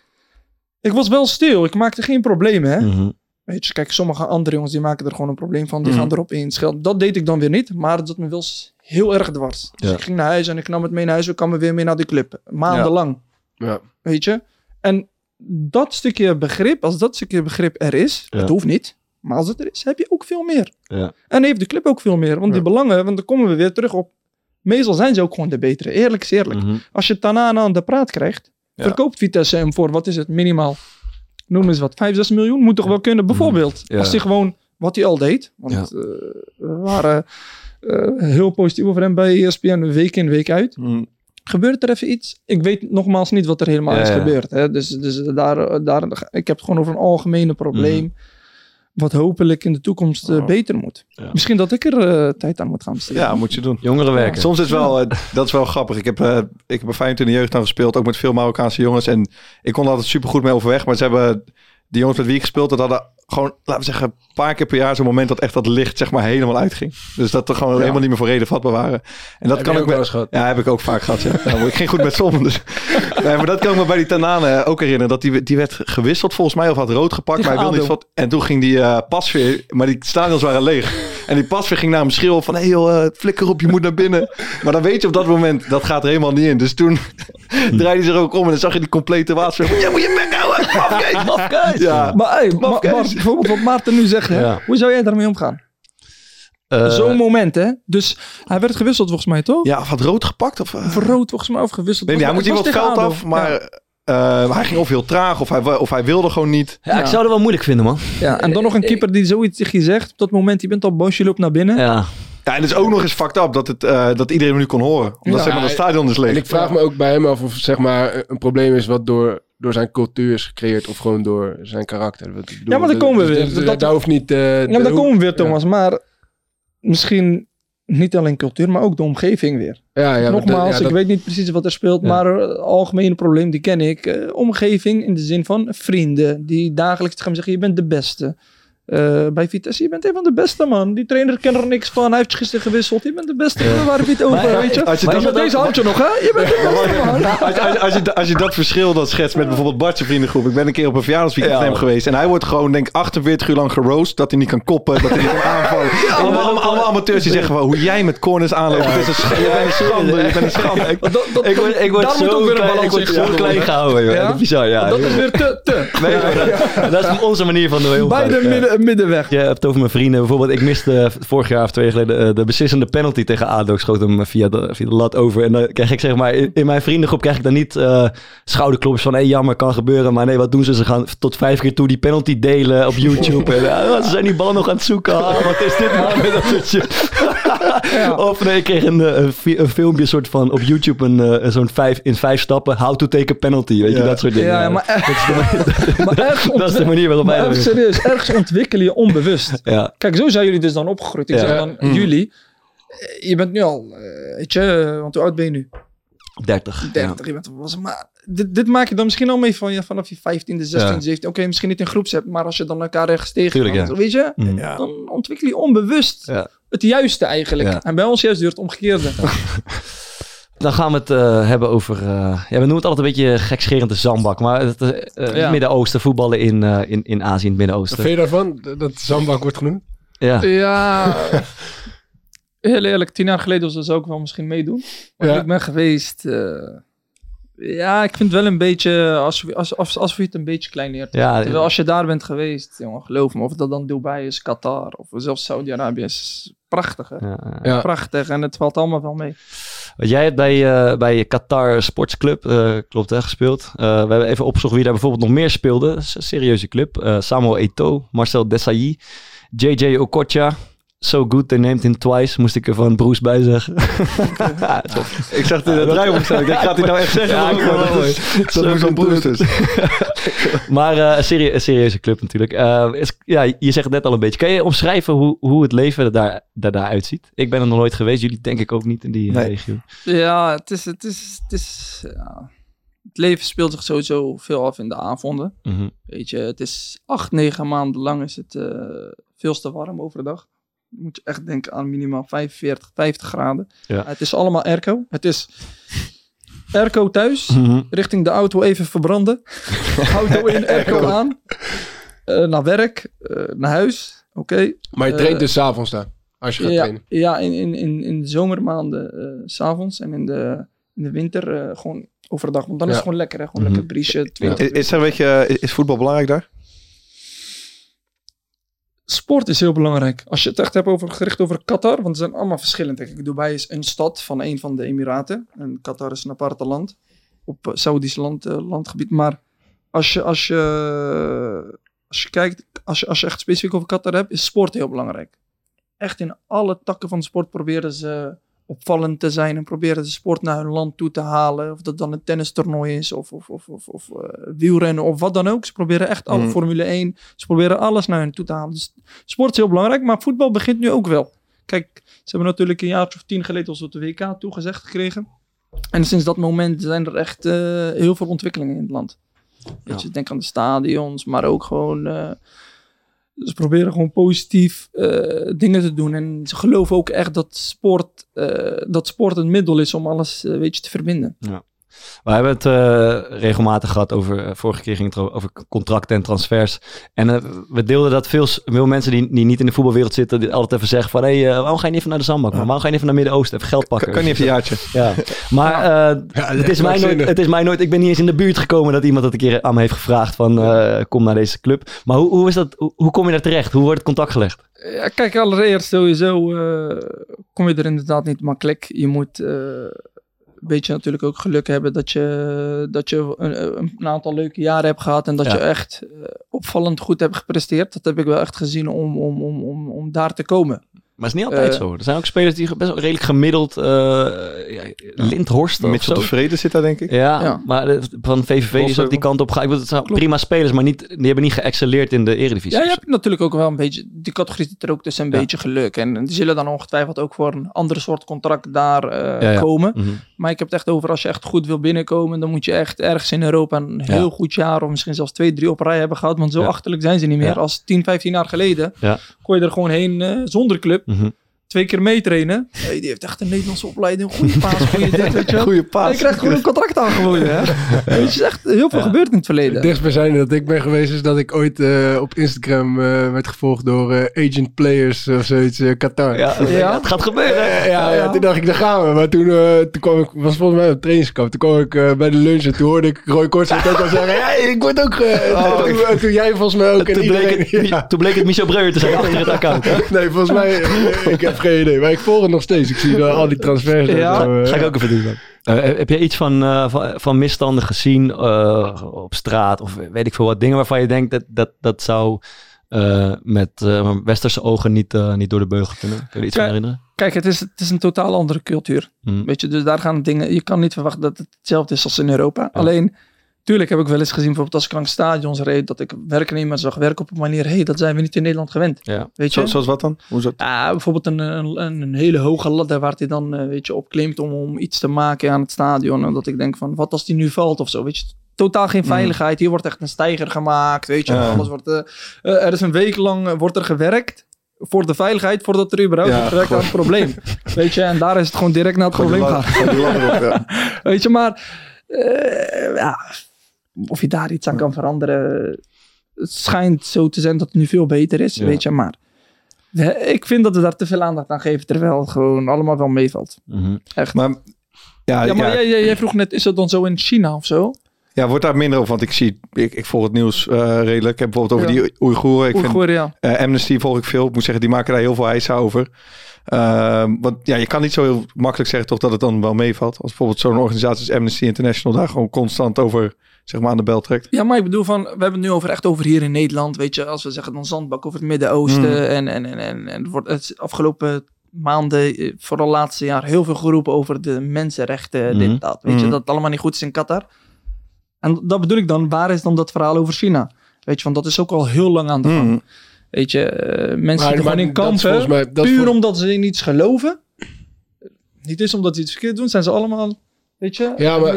Ik was wel stil. Ik maakte geen problemen, hè. Mm-hmm. Weet je, kijk, sommige andere jongens die maken er gewoon een probleem van. Die gaan erop in schelden. Dat deed ik dan weer niet. Maar dat me wel heel erg dwars. Dus ik ging naar huis en ik nam het mee naar huis. Ik kwam weer mee naar die club. Maandenlang. Ja. Weet je. En dat stukje begrip, als dat stukje begrip er is. Het hoeft niet. Maar als het er is, heb je ook veel meer. Ja. En heeft de club ook veel meer. Want die belangen, want dan komen we weer terug op. Meestal zijn ze ook gewoon de betere. Eerlijk is eerlijk. Mm-hmm. Als je Tanana aan de praat krijgt. Verkoopt Vitesse hem voor, wat is het, minimaal... Noem eens wat, 5-6 miljoen moet toch wel kunnen, bijvoorbeeld. Ja. Als hij gewoon, wat hij al deed. Want we waren heel positief over hem bij ESPN, week in, week uit. Gebeurt er even iets? Ik weet nogmaals niet wat er helemaal is gebeurd. Hè? Dus daar, ik heb het gewoon over een algemene probleem. Wat hopelijk in de toekomst beter moet. Ja. Misschien dat ik er tijd aan moet gaan besteden. Ja, moet je doen. Jongeren werken. Soms is wel, dat is wel grappig. Ik heb bij Feyenoord in de jeugd aan gespeeld. Ook met veel Marokkaanse jongens. En ik kon er altijd supergoed mee overweg. Maar ze hebben, die jongens met wie ik gespeeld had, hadden gewoon, laten we zeggen, een paar keer per jaar zo'n moment dat echt dat licht zeg maar helemaal uitging. Dus dat er gewoon helemaal niet meer voor reden vatbaar waren. En dat heb kan ik wel eens gehad. Ja, heb ik ook vaak gehad. Ja. Nou, ik ging goed met sommen. Dus. Nee, maar dat kan ik me bij die Tanane ook herinneren. Dat die werd gewisseld volgens mij of had rood gepakt. Maar hij wilde niet wat. En toen ging die pasveer, maar die stadions waren leeg. En die pasveer ging naar hem schreeuwen van, flikker op, je moet naar binnen. Maar dan weet je op dat moment, dat gaat er helemaal niet in. Dus toen draaide hij zich ook om en dan zag je die complete waasveer. Ja, moet je bek houden. Mafkees. Ja. Maar bijvoorbeeld wat Maarten nu zegt, hè? Hoe zou jij daarmee omgaan? Zo'n moment, hè? Dus hij werd gewisseld volgens mij, toch? Ja, of had rood gepakt? Of rood volgens mij, of gewisseld. Nee, hij moet hier wat geld af, maar hij ging of heel traag of hij wilde gewoon niet. Ja, ik zou het wel moeilijk vinden, man. Ja, en dan nog een keeper die zoiets tegen je zegt. Op dat moment, je bent al boos, je loopt naar binnen. Ja. Ja, en het is ook nog eens fucked up dat iedereen hem nu kon horen. Omdat zeg maar, het stadion is leeg. En ik vraag me ook bij hem af of zeg maar een probleem is wat door zijn cultuur is gecreëerd of gewoon door zijn karakter. Wat ik bedoel, Ja, maar dan komen we weer. Daar hoeft niet... Ja, maar dan komen we weer, Thomas. Maar misschien niet alleen cultuur, maar ook de omgeving weer. Ja, Nogmaals, ik weet niet precies wat er speelt, maar het algemene probleem, die ken ik. Omgeving in de zin van vrienden die dagelijks tegen hem zeggen, je bent de beste. Bij Vitesse, je bent een van de beste, man. Die trainer kent er niks van. Hij heeft gisteren gewisseld. Je bent de beste. Waar heb je het over, weet je? Deze handje nog, hè? Je bent de beste, man. Als je dat verschil dan schetst met bijvoorbeeld Bart's vriendengroep. Ik ben een keer op een verjaardagsweekend van hem geweest. En hij wordt gewoon, denk ik, 48 uur lang geroost. Dat hij niet kan koppen. Dat hij niet kan aanvallen. Allemaal amateurs die zeggen van hoe jij met corners aanloopt. Het is een schande. Je bent een schande. Ik word zo klein gehouden. Joh. Bizar, ja. Dat is weer te. Dat is onze manier van doen. Bij de middenweg. Je hebt het over mijn vrienden. Bijvoorbeeld, ik miste vorig jaar of 2 jaar geleden de beslissende penalty tegen ADO. Ik schoot hem via de lat over. En dan krijg ik zeg maar, in mijn vriendengroep krijg ik dan niet schouderklopjes van, jammer, kan gebeuren. Maar nee, wat doen ze? Ze gaan tot 5 keer toe die penalty delen op YouTube. En, ze zijn die bal nog aan het zoeken. Wat is dit, man? Met dat soort shit. Of nee, ik kreeg een filmpje soort van op YouTube, zo'n 5 stappen. How to take a penalty. Weet je, dat soort dingen. Ja, maar dat is de manier waarop wij dat doen. Serieus, ergens ontwikkelen je onbewust. Ja. Kijk, zo zijn jullie dus dan opgegroeid. Ik zeg dan, jullie, je bent nu al, weet je, want hoe oud ben je nu? 30. 30, je bent was, maar dit maak je dan misschien al mee vanaf je 15e, 16e, 17e. Oké, misschien niet in groepsapp, maar als je dan elkaar ergens tegenkomt, weet je, dan ontwikkel je onbewust het juiste eigenlijk. Ja. En bij ons juist duurt het omgekeerde. Dan gaan we het hebben over... we noemen het altijd een beetje gekscherend de zandbak. Maar het Midden-Oosten, voetballen in Azië, in het Midden-Oosten. Wat vind je daarvan, dat zandbak wordt genoemd? Ja, heel eerlijk, 10 jaar geleden zou ik wel misschien meedoen. Maar ik ben geweest... ik vind het wel een beetje... Als we het een beetje kleineert. Ja, terwijl als je daar bent geweest, jongen, geloof me. Of dat dan Dubai is, Qatar of zelfs Saudi-Arabië is prachtig. Hè? Ja. Prachtig en het valt allemaal wel mee. Jij hebt bij Qatar Sportsclub, klopt hè, gespeeld. We hebben even opgezocht wie daar bijvoorbeeld nog meer speelde. Dat is een serieuze club. Samuel Eto'o, Marcel Desailly, JJ Okocha. So good, they named him twice. Moest ik er van Bruce bij zeggen. Ik zag het in het draaiboek staan. Ik denk, gaat hij nou echt zeggen? Ja, dat is van Bruce dus. Maar een serieuze club natuurlijk. Je zegt het net al een beetje. Kan je omschrijven hoe het leven daar uitziet? Ik ben er nog nooit geweest. Jullie denk ik ook niet in die regio. Ja, het leven speelt zich sowieso veel af in de avonden. Mm-hmm. Weet je, het is 8-9 maanden lang is het veel te warm overdag. Je moet echt denken aan minimaal 45, 50 graden. Ja. Het is allemaal airco. Het is airco thuis. Mm-hmm. Richting de auto even verbranden. Auto in, airco aan. Naar werk. Naar huis. Oké. Maar je traint dus 's avonds daar? Als je gaat trainen? Ja, in de zomermaanden 's avonds. En in de winter gewoon overdag. Want dan is het gewoon lekker. Hè? Gewoon lekker briesje. Is voetbal belangrijk daar? Sport is heel belangrijk. Als je het echt hebt gericht over Qatar, want ze zijn allemaal verschillend. Kijk, Dubai is een stad van een van de Emiraten. En Qatar is een aparte land. Op Saudisch landgebied. Maar als je kijkt, als je echt specifiek over Qatar hebt, is sport heel belangrijk. Echt in alle takken van de sport proberen ze opvallend te zijn en proberen ze sport naar hun land toe te halen. Of dat dan een tennistoernooi is of wielrennen of wat dan ook. Ze proberen echt alle Formule 1. Ze proberen alles naar hun toe te halen. Dus sport is heel belangrijk, maar voetbal begint nu ook wel. Kijk, ze hebben natuurlijk een jaar of 10 geleden als op de WK toegezegd gekregen. En sinds dat moment zijn er echt heel veel ontwikkelingen in het land. Weet je, denk aan de stadions, maar ook gewoon... Ze proberen gewoon positief dingen te doen. En ze geloven ook echt dat sport een middel is om alles te verbinden. Ja. We hebben het regelmatig gehad over... vorige keer ging het over contracten en transfers. En we deelden dat veel mensen die niet in de voetbalwereld zitten... die altijd even zeggen van... waarom ga je niet even naar de zandbak? Waarom ga je niet even naar Midden-Oosten? Even geld pakken. Kan niet even een jaartje. Ja. Maar het is mij nooit... Ik ben niet eens in de buurt gekomen... dat iemand dat een keer aan me heeft gevraagd... van kom naar deze club. Maar hoe is dat? Hoe kom je daar terecht? Hoe wordt het contact gelegd? Ja, kijk, allereerst sowieso... kom je er inderdaad niet makkelijk. Je moet... weet je natuurlijk ook geluk hebben dat je een aantal leuke jaren hebt gehad en dat je echt opvallend goed hebt gepresteerd. Dat heb ik wel echt gezien om daar te komen. Maar het is niet altijd zo. Er zijn ook spelers die best wel redelijk gemiddeld... Lindhorst of Mitchell zo. Tevreden zit daar, denk ik. Ja. Maar van VVV is ook die kant op gegaan. Het zijn prima spelers, maar die hebben niet geëxcelleerd in de Eredivisie. Ja, je hebt natuurlijk ook wel een beetje... Die categorie zit er ook tussen een beetje geluk. En die zullen dan ongetwijfeld ook voor een andere soort contract daar komen. Mm-hmm. Maar ik heb het echt over, als je echt goed wil binnenkomen, dan moet je echt ergens in Europa een heel goed jaar, of misschien zelfs 2-3 op rij hebben gehad. Want zo achterlijk zijn ze niet meer. Ja. Als 10, 15 jaar geleden kon je er gewoon heen zonder club. Mm-hmm. 2 keer meetrainen. Hey, die heeft echt een Nederlandse opleiding. Goede paas, goede dit, weet je wel. Goede paas. Hij krijgt gewoon een contract aangeboden, hè. Weet je, is echt heel veel gebeurd in het verleden. Het dichtstbijzijnde dat ik ben geweest is dat ik ooit op Instagram werd gevolgd door Agent Players of zoiets, Qatar. Ja, het gaat gebeuren. Toen dacht ik, daar gaan we. Maar toen kwam ik, was volgens mij op trainingskamp. Toen kwam ik bij de lunch en toen hoorde ik Roy Kortshoff ook al zeggen, hey, ik word ook... toen jij volgens mij ook. Toen bleek het Michel Breuer te zijn achter het account. Hè? Nee, volgens mij... ik heb geen idee, maar ik volg het nog steeds. Ik zie al die transfers. Ga ik ook even doen dan. Heb je iets van misstanden gezien op straat of weet ik veel wat dingen waarvan je denkt dat zou met westerse ogen niet door de beugel kunnen? Kun je er iets van herinneren? Kijk, het is een totaal andere cultuur. Weet je, dus daar gaan dingen... Je kan niet verwachten dat het hetzelfde is als in Europa. Ja. Alleen... Tuurlijk heb ik wel eens gezien, bijvoorbeeld als ik langs stadions reed, dat ik werknemers zag werken op een manier, dat zijn we niet in Nederland gewend. Ja. Weet je? Zoals wat dan? Hoe is dat? Bijvoorbeeld een hele hoge ladder waar hij dan op klimt om iets te maken aan het stadion. En dat ik denk van, wat als die nu valt of zo, weet je? Totaal geen veiligheid. Hier wordt echt een steiger gemaakt, weet je. Alles wordt, er is een week lang wordt er gewerkt voor de veiligheid, voordat er überhaupt werkt aan het probleem. Weet je, en daar is het gewoon direct naar het probleem gaan. Weet je, maar of je daar iets aan kan veranderen. Het schijnt zo te zijn dat het nu veel beter is, weet je. Maar ik vind dat we daar te veel aandacht aan geven, terwijl het gewoon allemaal wel meevalt. Mm-hmm. Echt. Maar jij vroeg net, is dat dan zo in China of zo? Ja, wordt daar minder over, want ik volg het nieuws redelijk. Ik heb bijvoorbeeld over die Oeigoeren. Amnesty volg ik veel. Ik moet zeggen, die maken daar heel veel eisen over. Want je kan niet zo heel makkelijk zeggen toch dat het dan wel meevalt. Als bijvoorbeeld zo'n organisatie als Amnesty International daar gewoon constant over, zeg maar, aan de bel trekt. Ja, maar ik bedoel we hebben het nu echt over hier in Nederland. Weet je, als we zeggen dan zandbak over het Midden-Oosten. En wordt het afgelopen maanden, vooral laatste jaar, heel veel geroepen over de mensenrechten, dit, dat. Weet je, dat het allemaal niet goed is in Qatar. En dat bedoel ik dan, waar is dan dat verhaal over China? Weet je, want dat is ook al heel lang aan de gang. Weet je, mensen zitten gewoon in kampen, puur omdat ze in iets geloven. Niet eens omdat ze iets verkeerd doen, zijn ze allemaal, weet je.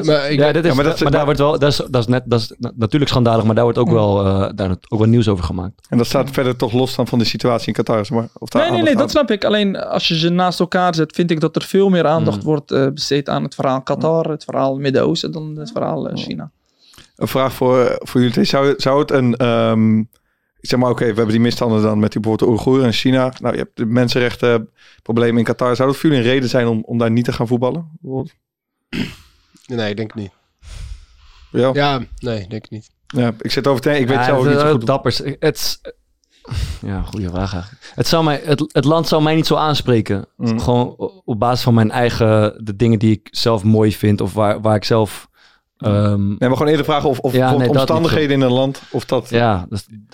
Dat is natuurlijk schandalig, maar daar wordt ook wel nieuws over gemaakt. En dat staat verder toch los dan van de situatie in Qatar, zeg maar. Nee, dat snap ik. Alleen als je ze naast elkaar zet, vind ik dat er veel meer aandacht wordt besteed aan het verhaal Qatar, het verhaal Midden-Oosten, dan het verhaal China. Een vraag voor jullie. Zou het een... zeg maar, oké, we hebben die misstanden dan met die bijvoorbeeld Oeigoeren en China. Nou, je hebt de mensenrechten problemen in Qatar. Zou dat voor jullie een reden zijn om daar niet te gaan voetballen? Nee, ik denk niet. Ja, nee, denk ik niet. Ja, ik zit over te denken. Ik weet zelf niet zo goed. Dappers. Goede vraag eigenlijk. Het land zou mij niet zo aanspreken. Gewoon op basis van mijn eigen, de dingen die ik zelf mooi vind of waar ik zelf... nee, maar gewoon eerder vragen of omstandigheden in een land, of dat... Ja,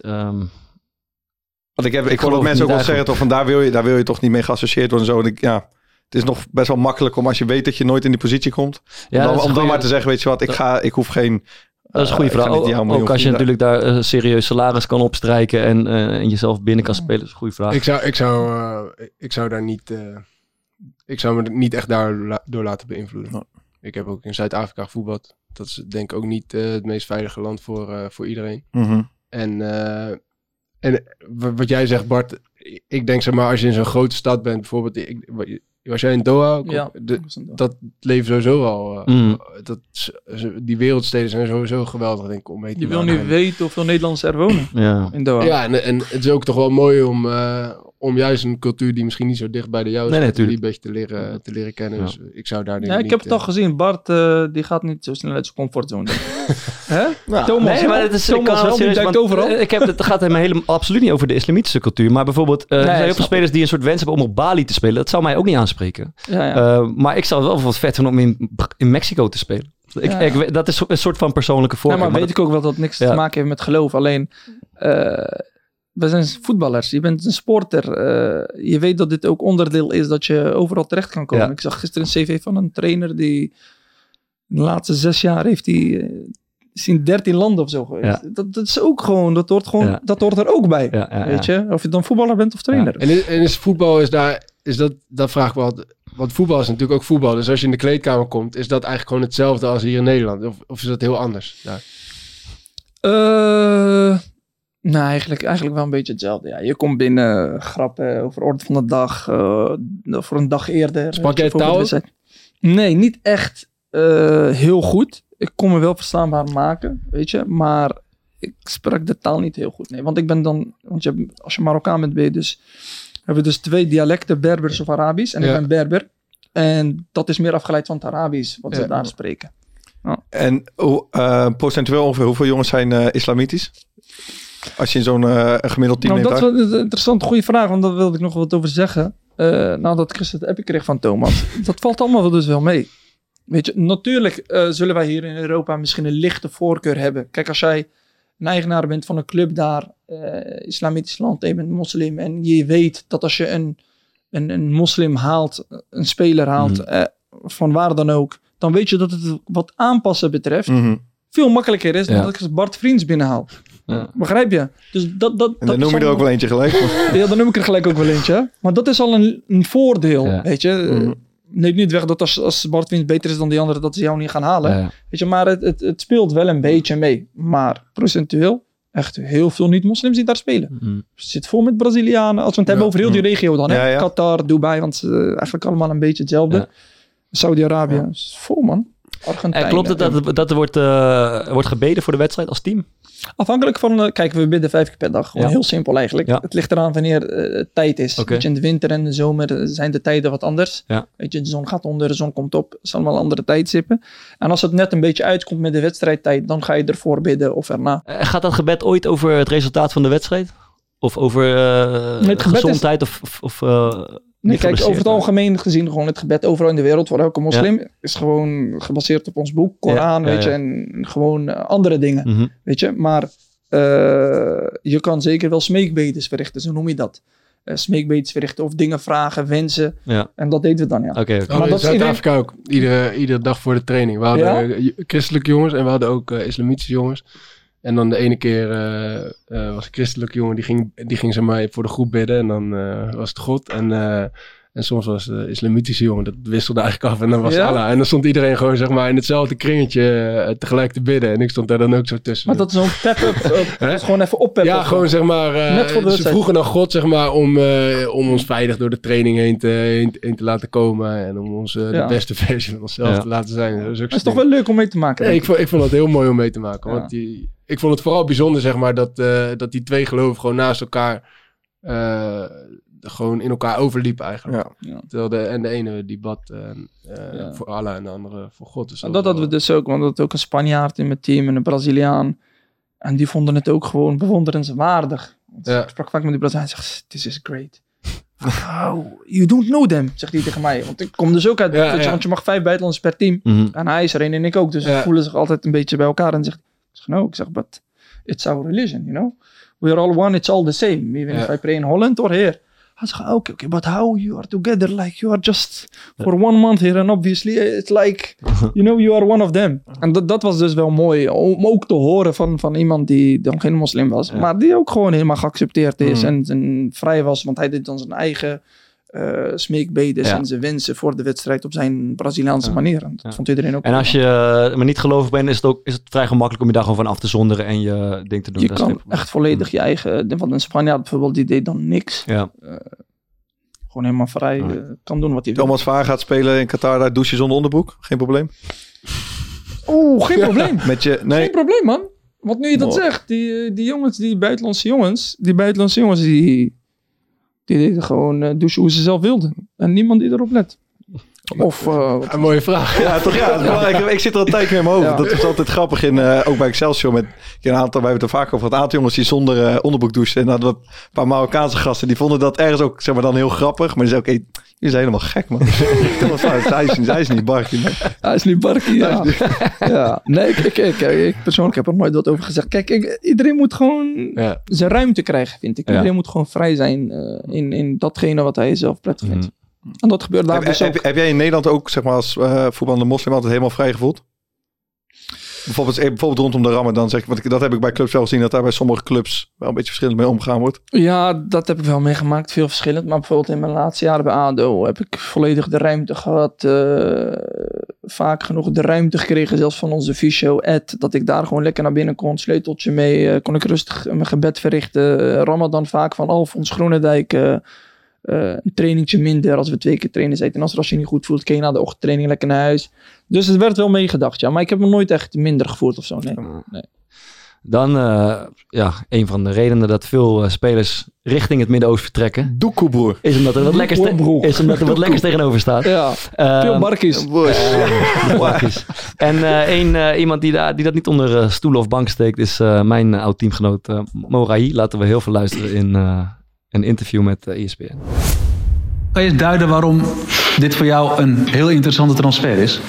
want ik hoor dat mensen ook wel zeggen, toch, van daar wil je toch niet mee geassocieerd worden en zo. En het is nog best wel makkelijk om als je weet dat je nooit in die positie komt, om dan maar te zeggen, weet je wat, ik hoef geen... Dat is een goede vraag. Ook als je natuurlijk daar een serieus salaris kan opstrijken en jezelf binnen kan spelen, dat is een goede vraag. Ik zou daar niet... ik zou me niet echt daardoor laten beïnvloeden. Oh. Ik heb ook in Zuid-Afrika gevoetbald. Dat is denk ik ook niet het meest veilige land voor iedereen. Mm-hmm. En wat jij zegt, Bart, ik denk zeg maar als je in zo'n grote stad bent, bijvoorbeeld, was jij in Doha? Dat leven sowieso al. Die wereldsteden zijn sowieso geweldig, denk ik, om mee te maken. Je wil nu weten hoeveel Nederlanders er wonen in Doha. Ja, en het is ook toch wel mooi om juist een cultuur die misschien niet zo dicht bij de jouw is, die een beetje te leren kennen. Ja. Dus ik zou daar denk ik ik heb het al gezien. Bart, die gaat niet zo snel uit zijn comfortzone. Hè? Nou, Thomas, maar het is Thomas die duikt overal. Het gaat helemaal absoluut niet over de islamitische cultuur. Maar bijvoorbeeld, er zijn heel veel spelers die een soort wens hebben om op Bali te spelen. Dat zou mij ook niet aanspreken. Maar ik zou het wel wat vet vinden om in Mexico te spelen. Dat is een soort van persoonlijke voorkeur. Maar weet ik ook wel dat het niks te maken heeft met geloof. Alleen, we zijn voetballers. Je bent een sporter. Je weet dat dit ook onderdeel is dat je overal terecht kan komen. Ik zag gisteren een cv van een trainer die de laatste 6 jaar heeft hij is in 13 landen of zo geweest. Ja. Dat is ook gewoon, dat hoort er ook bij. Weet je? Of je dan voetballer bent of trainer. Ja. En is voetbal, dat vraag ik me altijd. Want voetbal is natuurlijk ook voetbal. Dus als je in de kleedkamer komt, is dat eigenlijk gewoon hetzelfde als hier in Nederland? Of is dat heel anders daar? Nou, eigenlijk wel een beetje hetzelfde. Ja, je komt binnen, grappen over orde van de dag, voor een dag eerder. Sprak jij taal? Nee, niet echt heel goed. Ik kon me wel verstaanbaar maken, weet je. Maar ik sprak de taal niet heel goed. Nee, want ik ben dan, als je Marokkaan bent, ben je dus... hebben we dus 2 dialecten, Berbers of Arabisch. En ik ben Berber. En dat is meer afgeleid van het Arabisch, wat ze daar spreken. Ja. En procentueel ongeveer hoeveel jongens zijn islamitisch? Als je in zo'n gemiddeld team neemt. Dat is wel een interessante, goede vraag, want daar wilde ik nog wat over zeggen. Nadat Chris het appje kreeg van Thomas. Dat valt allemaal dus wel mee. Weet je, natuurlijk zullen wij hier in Europa misschien een lichte voorkeur hebben. Kijk, als jij een eigenaar bent van een club daar, islamitisch land, je bent moslim, en je weet dat als je een moslim haalt, een speler haalt, van waar dan ook, dan weet je dat het wat aanpassen betreft veel makkelijker is dan dat ik Bart Vriends binnenhaal. Ja. Begrijp je? Dus en dan noem je er ook wel eentje gelijk. Ja, dan noem ik er gelijk ook wel eentje. Maar dat is al een voordeel, weet je. Neemt niet weg dat als Bart Vriends beter is dan die anderen, dat ze jou niet gaan halen. Ja. Weet je, maar het speelt wel een beetje mee. Maar procentueel echt heel veel niet-moslims die daar spelen. Het zit vol met Brazilianen. Als we het hebben over heel die regio dan. Hè? Qatar, Dubai, want eigenlijk allemaal een beetje hetzelfde. Ja. Saudi-Arabië. Is vol, man. Argentinië. Klopt het dat er wordt gebeden voor de wedstrijd als team? Afhankelijk van... kijk, we bidden 5 keer per dag. Gewoon heel simpel eigenlijk. Ja. Het ligt eraan wanneer het tijd is. Weet je, in de winter en de zomer zijn de tijden wat anders. Ja. Weet je, de zon gaat onder, de zon komt op. Het zijn allemaal andere tijdstippen. En als het net een beetje uitkomt met de wedstrijdtijd, dan ga je ervoor bidden of erna. Gaat dat gebed ooit over het resultaat van de wedstrijd? Of over gezondheid? Nee, kijk, over het algemeen gezien gewoon het gebed overal in de wereld voor elke moslim is gewoon gebaseerd op ons boek, Koran, weet je, en gewoon andere dingen, weet je. Maar je kan zeker wel smeekbedes verrichten, zo noem je dat. Smeekbedes verrichten of dingen vragen, wensen. Ja. En dat deden we dan, Okay. Maar dat in Zuid-Afrika ook, iedere dag voor de training. We hadden christelijke jongens en we hadden ook islamitische jongens. En dan de ene keer was een christelijke jongen, die ging zeg maar voor de groep bidden. En dan was het God. En soms was de islamitische jongen, dat wisselde eigenlijk af. En dan was Allah. En dan stond iedereen gewoon zeg maar in hetzelfde kringetje tegelijk te bidden. En ik stond daar dan ook zo tussen. Maar dat is zo'n pep-up. Dat is gewoon even oppeppen. Ja, gewoon zeg maar. Ze vroegen naar God zeg maar om ons veilig door de training heen te laten komen. En om ons de beste versie van onszelf te laten zijn. Dat is toch wel leuk om mee te maken? Ja, ik vond het heel mooi om mee te maken. Want ik vond het vooral bijzonder zeg maar dat die 2 geloven gewoon naast elkaar gewoon in elkaar overliepen eigenlijk. Ja. Terwijl de ene die bad voor Allah en de andere voor God. Dus dat hadden we dus ook, want dat ook een Spanjaard in mijn team en een Braziliaan. En die vonden het ook gewoon bewonderenswaardig. Ik sprak vaak met die Braziliaan en zegt, this is great. You don't know them, zegt hij tegen mij. Want ik kom dus ook uit, want je mag 5 buitenlanders per team. En hij is er een en ik ook. Dus ze voelen zich altijd een beetje bij elkaar. En zegt, ik zeg, but it's our religion, you know. We are all one, it's all the same. Even if I pray in Holland or here. Hij zegt, okay, but how you are together? Like you are just for 1 month here. And obviously it's like, you know, you are one of them. En dat was dus wel mooi. Om ook te horen van iemand die dan geen moslim was. Ja. Maar die ook gewoon helemaal geaccepteerd is. En vrij was. Want hij deed dan zijn eigen smeekbedes en zijn wensen voor de wedstrijd op zijn Braziliaanse manier. En dat vond iedereen ook. En als je maar niet gelovig bent, is het vrij gemakkelijk om je daar gewoon van af te zonderen en je ding te doen. Je kan echt volledig je eigen... Want een Spanjaard bijvoorbeeld, die deed dan niks. Ja. Gewoon helemaal vrij kan doen wat hij wil. Thomas Vaar gaat spelen in Qatar, daar douche zonder onderbroek. Geen probleem? Geen probleem. Geen probleem, man. Want nu je dat zegt, die buitenlandse jongens, die Die deden gewoon douchen hoe ze zelf wilden. En niemand die erop let. Of, een mooie vraag. Ja, toch? Ja, ik zit er al een tijdje mee in mijn hoofd. Ja. Dat is altijd grappig. Ook bij Excelsior. Wij hebben het er vaak over. Een aantal jongens die zonder onderbroek douchen. En dan hadden we een paar Marokkaanse gasten. Die vonden dat ergens ook, zeg maar, dan heel grappig. Maar die zeiden ook, jullie zijn helemaal gek, man. Hij is niet Barkie. Nee. Hij is niet Barkie, ja. Ja. Nee, ik persoonlijk heb er nooit wat over gezegd. Kijk, iedereen moet gewoon zijn ruimte krijgen, vind ik. Iedereen moet gewoon vrij zijn in datgene wat hij zelf prettig vindt. En dat gebeurt daar dus ook. Heb jij in Nederland ook, zeg maar, als voetballende moslim altijd helemaal vrij gevoeld? Bijvoorbeeld rondom de Ramadan, zeg ik. Want dat heb ik bij clubs wel gezien, dat daar bij sommige clubs wel een beetje verschillend mee omgegaan wordt. Ja, dat heb ik wel meegemaakt. Veel verschillend. Maar bijvoorbeeld in mijn laatste jaren bij ADO heb ik volledig de ruimte gehad. Vaak genoeg de ruimte gekregen, zelfs van onze fysio Ed. Dat ik daar gewoon lekker naar binnen kon. Sleuteltje mee. Kon ik rustig mijn gebed verrichten. Ramadan vaak van Alfons Groenendijk. Een trainingtje minder als we 2 keer trainen zijn. En als je niet goed voelt, kun je na de ochtendtraining lekker naar huis. Dus het werd wel meegedacht, ja. Maar ik heb me nooit echt minder gevoeld of zo, nee. Dan, een van de redenen dat veel spelers richting het Midden-Oosten vertrekken. Doekoe, broer. Is omdat er wat lekkers tegenover staat. Ja, veel barkies. Barkies. En iemand die dat niet onder stoelen of bank steekt, is mijn oud-teamgenoot Morahi. Laten we heel veel luisteren in een interview met ESPN. Kan je duiden waarom dit voor jou een heel interessante transfer is?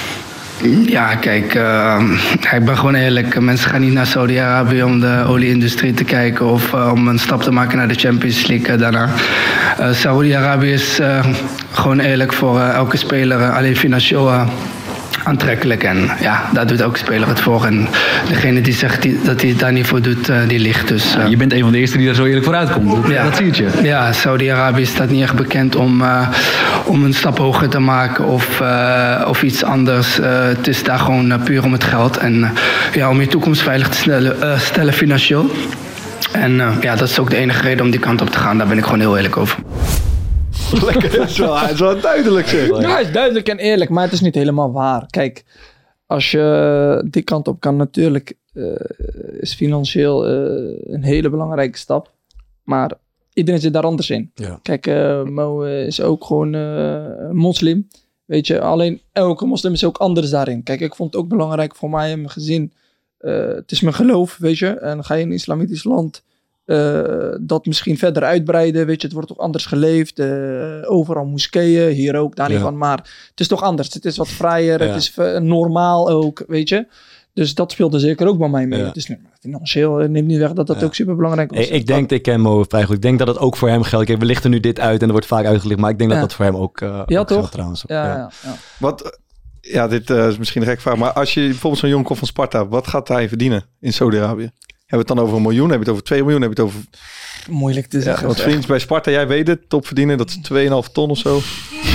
Ja, kijk, ik ben gewoon eerlijk. Mensen gaan niet naar Saudi-Arabië om de olie-industrie te kijken of om een stap te maken naar de Champions League daarna. Saudi-Arabië is gewoon eerlijk voor elke speler alleen financieel aantrekkelijk. En ja, daar doet elke speler het voor. En degene die zegt dat hij het daar niet voor doet, die ligt. Dus, je bent een van de eerste die daar zo eerlijk voor uitkomt. Dat zie je. Ja, Saudi-Arabië staat niet echt bekend om een stap hoger te maken of iets anders. Het is daar gewoon puur om het geld. En om je toekomst veilig te stellen financieel. En dat is ook de enige reden om die kant op te gaan. Daar ben ik gewoon heel eerlijk over. Lekker, het is wel duidelijk, zeg. Ja, het is duidelijk en eerlijk, maar het is niet helemaal waar. Kijk, als je die kant op kan, natuurlijk is financieel een hele belangrijke stap. Maar iedereen zit daar anders in. Ja. Kijk, Mo is ook gewoon moslim. Weet je, alleen elke moslim is ook anders daarin. Kijk, ik vond het ook belangrijk voor mij en mijn gezin. Het is mijn geloof, weet je. En ga je in een islamitisch land dat misschien verder uitbreiden. Weet je, het wordt toch anders geleefd. Overal moskeeën, hier ook, daar niet van. Maar het is toch anders. Het is wat vrijer. Het is normaal ook, weet je. Dus dat speelde zeker ook bij mij mee. Dus financieel neemt niet weg dat dat ook super belangrijk was. Ik ken Mo vrij goed. Ik denk dat het ook voor hem geldt. Kijk, we lichten nu dit uit en er wordt vaak uitgelicht. Maar ik denk dat dat voor hem ook ook toch? Trouwens. Ja. Wat... Ja, dit is misschien een gek vraag. Maar als je bijvoorbeeld zo'n jongen komt van Sparta, wat gaat hij verdienen in Saudi-Arabië? Hebben we het dan over 1 miljoen? Hebben we het over 2 miljoen? Hebben we het over... Moeilijk te zeggen. Want vriends bij Sparta, jij weet het, top verdienen, dat is 2,5 ton of zo.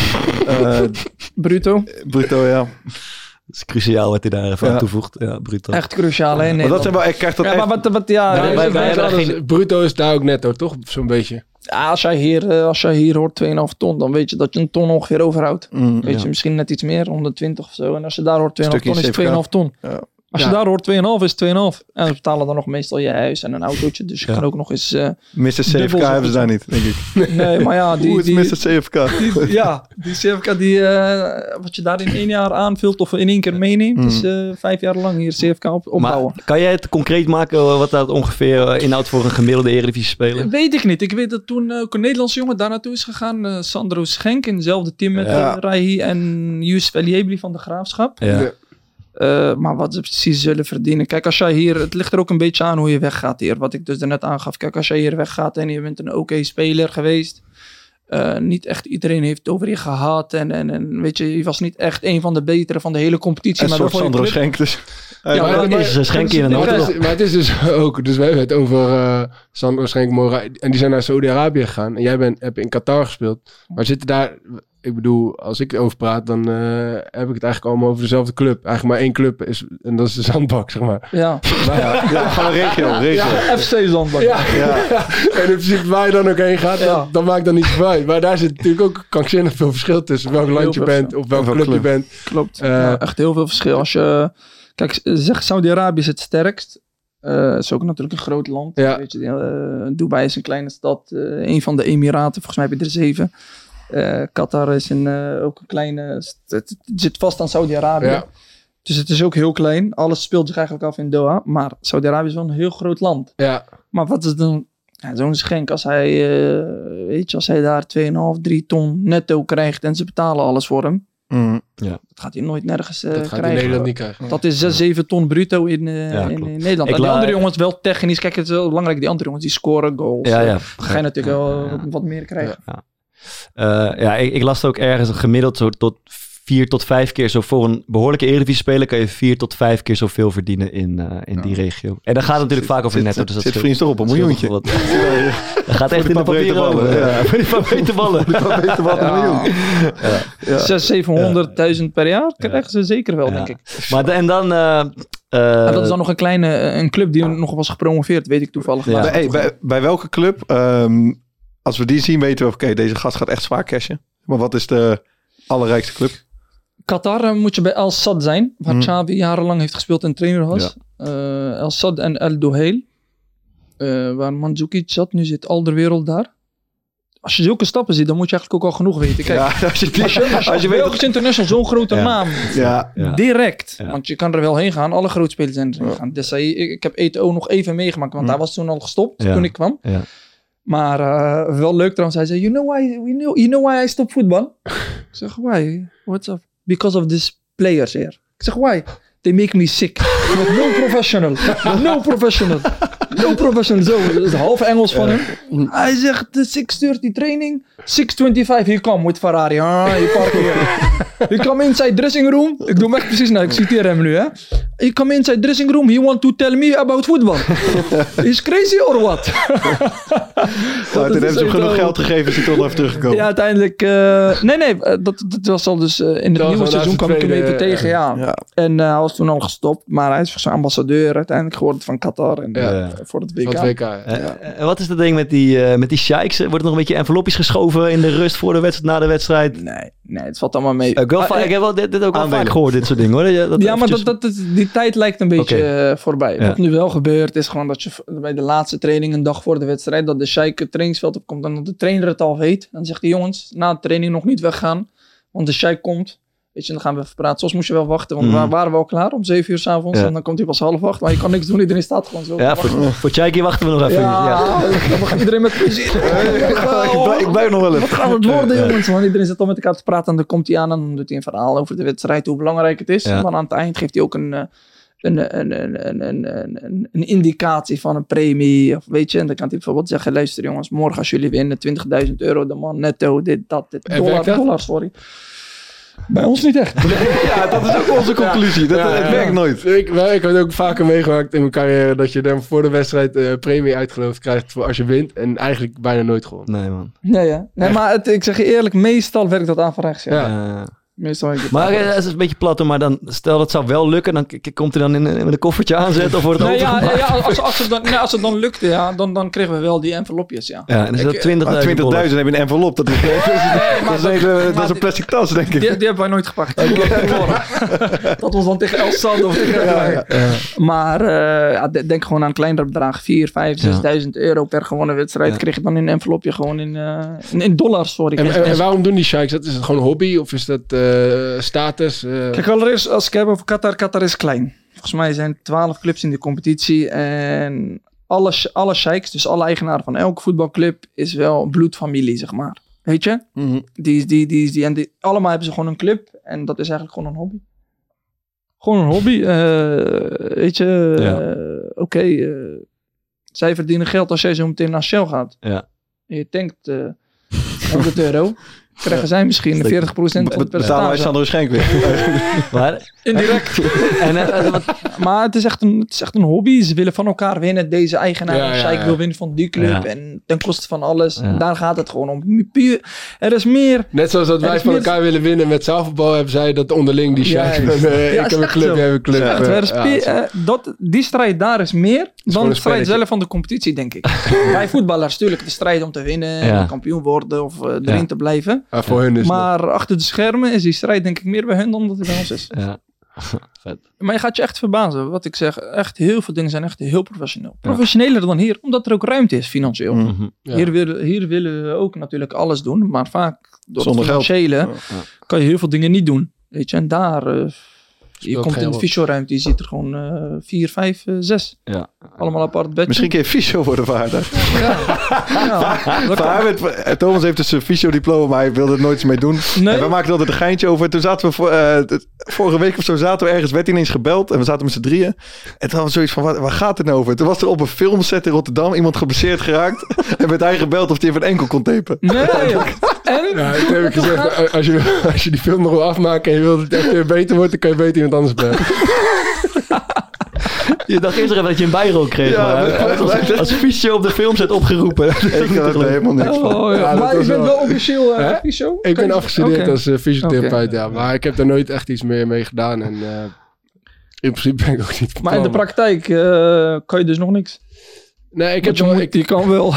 Bruto? Bruto, ja. Dat is cruciaal wat hij daar even aan toevoegt. Ja, bruto. Echt cruciaal, hè? Maar dat zijn wel, ik krijg dat echt... Bruto is daar ook netto, toch? Zo'n beetje. Ja, als jij hier hoort 2,5 ton, dan weet je dat je een ton ongeveer overhoudt. Weet je, misschien net iets meer, 120 of zo. En als je daar hoort 2,5 ton, is het 2,5 ton. Ja. Als je daar hoort 2,5 is 2,5. En ze betalen dan nog meestal je huis en een autootje. Dus je kan ook nog eens... Mr. CFK hebben ze daar niet, denk ik. Nee, maar ja... Hoe is Mr. CFK? Die CFK wat je daar in 1 jaar aanvult of in 1 keer meeneemt, is 5 jaar lang hier CFK opbouwen. Maar kan jij het concreet maken wat dat ongeveer inhoudt voor een gemiddelde Eredivisie-speler? Weet ik niet. Ik weet dat toen ook een Nederlandse jongen daar naartoe is gegaan. Sandro Schenk in hetzelfde team met Rahi en Yusuf Eliebli van de Graafschap. Ja. Maar wat ze precies zullen verdienen. Kijk, als jij hier... Het ligt er ook een beetje aan hoe je weggaat hier. Wat ik dus net aangaf. Kijk, als jij hier weggaat en je bent een oké speler geweest. Niet echt iedereen heeft het over je gehad. En weet je was niet echt een van de betere van de hele competitie. Een soort Sandro Schenk dus. Maar het is dus ook... Dus we hebben het over Sandro Schenk, Mora. En die zijn naar Saudi-Arabië gegaan. En jij hebt in Qatar gespeeld. Maar zitten daar... Ik bedoel, als ik erover praat, dan heb ik het eigenlijk allemaal over dezelfde club. Eigenlijk maar 1 club is, en dat is de Zandbak, zeg maar. Ja. Gewoon regio. Ja, FC Zandbak. Ja. En in principe waar je dan ook heen gaat, dan maakt dat niet zo uit. Maar daar zit natuurlijk ook krankzinnig veel verschil tussen welk land je bent of welke club je bent. Klopt. Echt heel veel verschil. Als je, kijk, zeg Saudi-Arabië is het sterkst. is ook natuurlijk een groot land. Ja. Weet je, Dubai is een kleine stad. Een van de Emiraten. Volgens mij heb je er 7. Qatar is ook een kleine... Het zit vast aan Saudi-Arabië. Ja. Dus het is ook heel klein. Alles speelt zich eigenlijk af in Doha. Maar Saudi-Arabië is wel een heel groot land. Ja. Maar wat is dan... Ja, zo'n schenk, als hij daar 2,5, 3 ton netto krijgt en ze betalen alles voor hem. Dat gaat hij nooit nergens krijgen. Dat gaat hij in Nederland niet krijgen. Dat is 6, 7 ton bruto in Nederland. En die andere jongens wel technisch. Kijk, het is wel belangrijk. Die andere jongens die scoren goals. Ga je natuurlijk wel wat meer krijgen. Ik las ook ergens gemiddeld zo tot 4 tot 5 keer zo voor een behoorlijke Eredivisie-speler kan je 4 tot 5 keer zoveel verdienen in die regio. En dan gaat het natuurlijk vaak over netto. Dus dat zit vriends toch op een miljoentje. Dat gaat echt in de papieren over. Voor die papeterballen. Ja. 600.000, 700.000 per jaar krijgen ze zeker wel, denk ik. Maar en dan... en dat is dan nog een club die nog was gepromoveerd, weet ik toevallig. Bij welke club, als we die zien, weten we, oké, deze gast gaat echt zwaar cashen. Maar wat is de allerrijkste club? Qatar moet je bij Al Sadd zijn, waar Xavi jarenlang heeft gespeeld en trainer was. Al Sadd en El Duhail, waar Mandzukic zat. Nu zit Alderweireld daar. Als je zulke stappen ziet, dan moet je eigenlijk ook al genoeg weten. Kijk, als je Belgisch International, zo'n grote naam, direct. Ja. Want je kan er wel heen gaan. Alle grote spelers zijn er heen gaan. Dus ik heb Eto'o nog even meegemaakt, want hij was toen al gestopt toen ik kwam. Ja. Maar wel leuk trouwens. Hij zei, you know why I stopped voetbal? Ik zeg, why? What's up? Because of these players here. Ik zeg, why? They make me sick. No professional. No professional. No professional. Zo, dat is half Engels van hem. Hij zegt, de 6:30 training. 6:25, he come with Ferrari. He parkeert. He come inside dressing room. Ik doe hem echt precies nou, ik citeer hem nu. Hè. He come inside dressing room. He want to tell me about football. Is crazy or what? Toen hebben ze hem genoeg geld gegeven. Is hij toch nog even teruggekomen? Ja, uiteindelijk... dat was al dus... in het nieuwe seizoen kwam ik hem even tegen. Ja. En hij was toen al gestopt. Maar hij is ambassadeur uiteindelijk geworden van Qatar. En, voor het WK. En wat is dat ding met die sheiks? Wordt er nog een beetje envelopjes geschoven in de rust voor de wedstrijd, na de wedstrijd? Nee, het valt allemaal mee. Ik heb wel dit ook wel vaak gehoord, dit soort dingen hoor. Maar die tijd lijkt een beetje voorbij. Wat nu wel gebeurt is gewoon dat je bij de laatste training, een dag voor de wedstrijd, dat de sheik het trainingsveld opkomt en dat de trainer het al weet. Dan zegt hij, jongens, na de training nog niet weggaan, want de sheik komt. Weet je, dan gaan we even praten. Soms moest je wel wachten, want we waren al klaar om 7 uur 's avonds. En dan komt hij pas 7:30. Maar je kan niks doen, iedereen staat gewoon zo. Ja, voor Tjaikie wachten we nog even. Dan mag iedereen met plezier. Ik blijf nog wel even. Wat gaat het worden, jongens? Want iedereen zit al met elkaar te praten en dan komt hij aan en dan doet hij een verhaal over de wedstrijd, hoe belangrijk het is. En dan aan het eind geeft hij ook een indicatie van een premie. Of weet je, en dan kan hij bijvoorbeeld zeggen, luister jongens, morgen als jullie winnen €20.000 de man netto, dit, dollar, sorry. Bij ons niet echt. Ja, dat is ook onze conclusie. Het werkt nooit. Ik heb ook vaker meegemaakt in mijn carrière dat je dan voor de wedstrijd premie uitgeloofd krijgt voor als je wint. En eigenlijk bijna nooit gewoon. Nee, man. Nee, maar ik zeg je eerlijk, meestal werkt dat averechts. Maar het is een beetje plat, maar dan stel dat zou wel lukken, dan komt hij dan met een koffertje aanzetten of wordt het als het dan lukte, dan kregen we wel die envelopjes. Ja, en is dat 20.000 heb je een envelop. Dat is een plastic tas, denk ik. Die hebben wij nooit gepakt. Dat was dan tegen El Sadd of tegen Maar denk gewoon aan kleinere bedragen. 4, 5, 6.000 euro per gewone wedstrijd. Kreeg je dan in een envelopje gewoon in dollars. Sorry. En waarom doen die sheiks dat? Is het gewoon een hobby of is dat status? Kijk, allereerst als ik heb over Qatar. Qatar is klein. Volgens mij zijn 12 clubs in de competitie. En alle sheiks, dus alle eigenaren van elke voetbalclub, is wel een bloedfamilie, zeg maar. Weet je? Mm-hmm. Allemaal hebben ze gewoon een club. En dat is eigenlijk gewoon een hobby. Gewoon een hobby. Weet je? Oké. Zij verdienen geld als jij zo meteen naar Shell gaat. Ja. En je tankt €100. Krijgen zij misschien 40% betalen wij Sander Schenk weer. Maar indirect. Maar het is echt een hobby. Ze willen van elkaar winnen. Deze eigenaar sheik wil winnen van die club. En ten koste van alles. Ja. Daar gaat het gewoon om. Er is meer. Net zoals dat wij van elkaar willen winnen met zaalvoetbal, hebben zij dat onderling die sheik. Ik heb een club, jij hebt een club. Die strijd daar is meer dan de strijd zelf van de competitie, denk ik. Bij voetballers natuurlijk de strijd om te winnen, kampioen worden of erin te blijven. Voor hun is maar achter de schermen is die strijd denk ik meer bij hun dan dat het bij ons is. Ja. Vet. Maar je gaat je echt verbazen. Wat ik zeg, echt heel veel dingen zijn echt heel professioneel. Professioneler dan hier, omdat er ook ruimte is financieel. Ja. Hier willen we ook natuurlijk alles doen. Maar vaak door Zonder het financiële kan je heel veel dingen niet doen. Weet je, en daar... je komt in de fysioruimte, je ziet er gewoon 4, 5, 6. Ja. Allemaal apart bedje. Misschien kun je fysio worden vader. Ja. Thomas heeft dus een fysio-diploma, maar hij wilde er nooit iets mee doen. Nee. En we maakten altijd een geintje over. Toen zaten we vorige week of zo zaten we ergens, werd ineens gebeld. En we zaten met z'n drieën. En toen hadden we zoiets van, waar gaat het nou over? Toen was er op een filmset in Rotterdam iemand geblesseerd geraakt. En werd hij gebeld of hij even een enkel kon tapen. Nee. En? Ja, toen heb ik gezegd, als je die film nog wil afmaken en je wilt het echt weer beter wordt, dan kan je beter iemand anders bellen. Je dacht eerst nog even dat je een bijrol kreeg. Ja, maar als fysio op de filmset opgeroepen. Ik had er helemaal niks van. Oh, ja. Ja, maar dat je was bent wel- wel officieel fysio? Ik ben afgestudeerd Oké. als fysiotherapeut, Oké. ja. Maar ik heb daar nooit echt iets meer mee gedaan. En in principe ben ik ook niet van Maar in de plan. praktijk kan je dus nog niks. Nee, Die kan wel.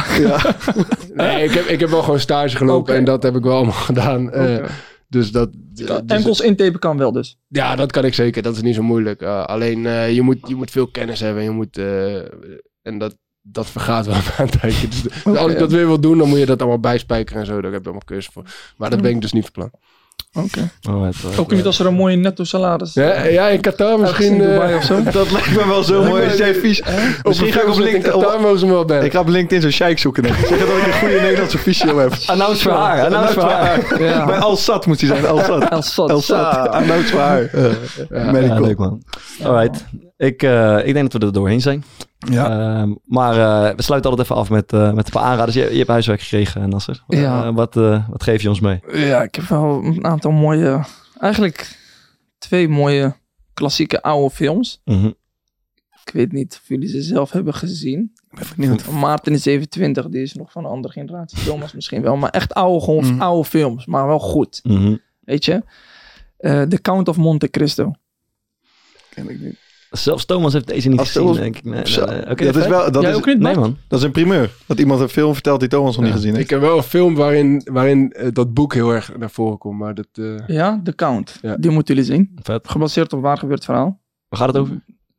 ik heb wel gewoon stage gelopen Oké. en dat heb ik wel allemaal gedaan. Dus dat... dus- Enkels intapen kan wel dus. Ja, dat kan ik zeker. Dat is niet zo moeilijk. Alleen je moet veel kennis hebben. Je moet, en dat vergaat wel na een tijdje. Dus als ik dat weer wil doen, dan moet je dat allemaal bijspijkeren en zo. Daar heb ik allemaal cursus voor. Maar dat ben ik dus niet van plan. Oké. Alright. Ook niet als er een mooie netto salaris. Ja, in Qatar misschien... in Dubai of zo. Dat lijkt me wel zo mooi als jij fysio... Misschien ga ik op in LinkedIn... Qatar mogen ze me wel bellen. Ik ga op LinkedIn zo'n sheik zoeken. Denk ik. Zeggen dat ik een goede Nederlandse fysio heb. Announce voor haar. Announce voor haar. Ja. Bij Al-Sad moet hij zijn. Al-Sad. Al-Sad. Announce voor haar. Ja, Medical. leuk man. Alright. Ik denk dat we er doorheen zijn. Ja. Maar we sluiten altijd even af met een paar aanraders. Je hebt huiswerk gekregen, Nasser. Ja. Wat geef je ons mee? Ja, ik heb wel een aantal mooie... Eigenlijk 2 mooie klassieke oude films. Mhm. Ik weet niet of jullie ze zelf hebben gezien. Maarten is 27, die is nog van een andere generatie. Thomas misschien wel, maar echt oude films, maar wel goed. Mhm. Weet je? The Count of Monte Cristo. Ken ik niet. Zelfs Thomas heeft deze niet Als gezien, Thomas- denk ik. Nee, Zo. Oké, Dat is vet. wel... Dat Jij is, ook niet, Nee man? man. dat is een primeur. Dat iemand een film vertelt die Thomas nog niet gezien heeft. Ik heb wel een film waarin dat boek heel erg naar voren komt. Maar dat... Ja, The Count. Ja. Die moeten jullie zien. Vet. Gebaseerd op waar gebeurd verhaal. Waar gaat het over?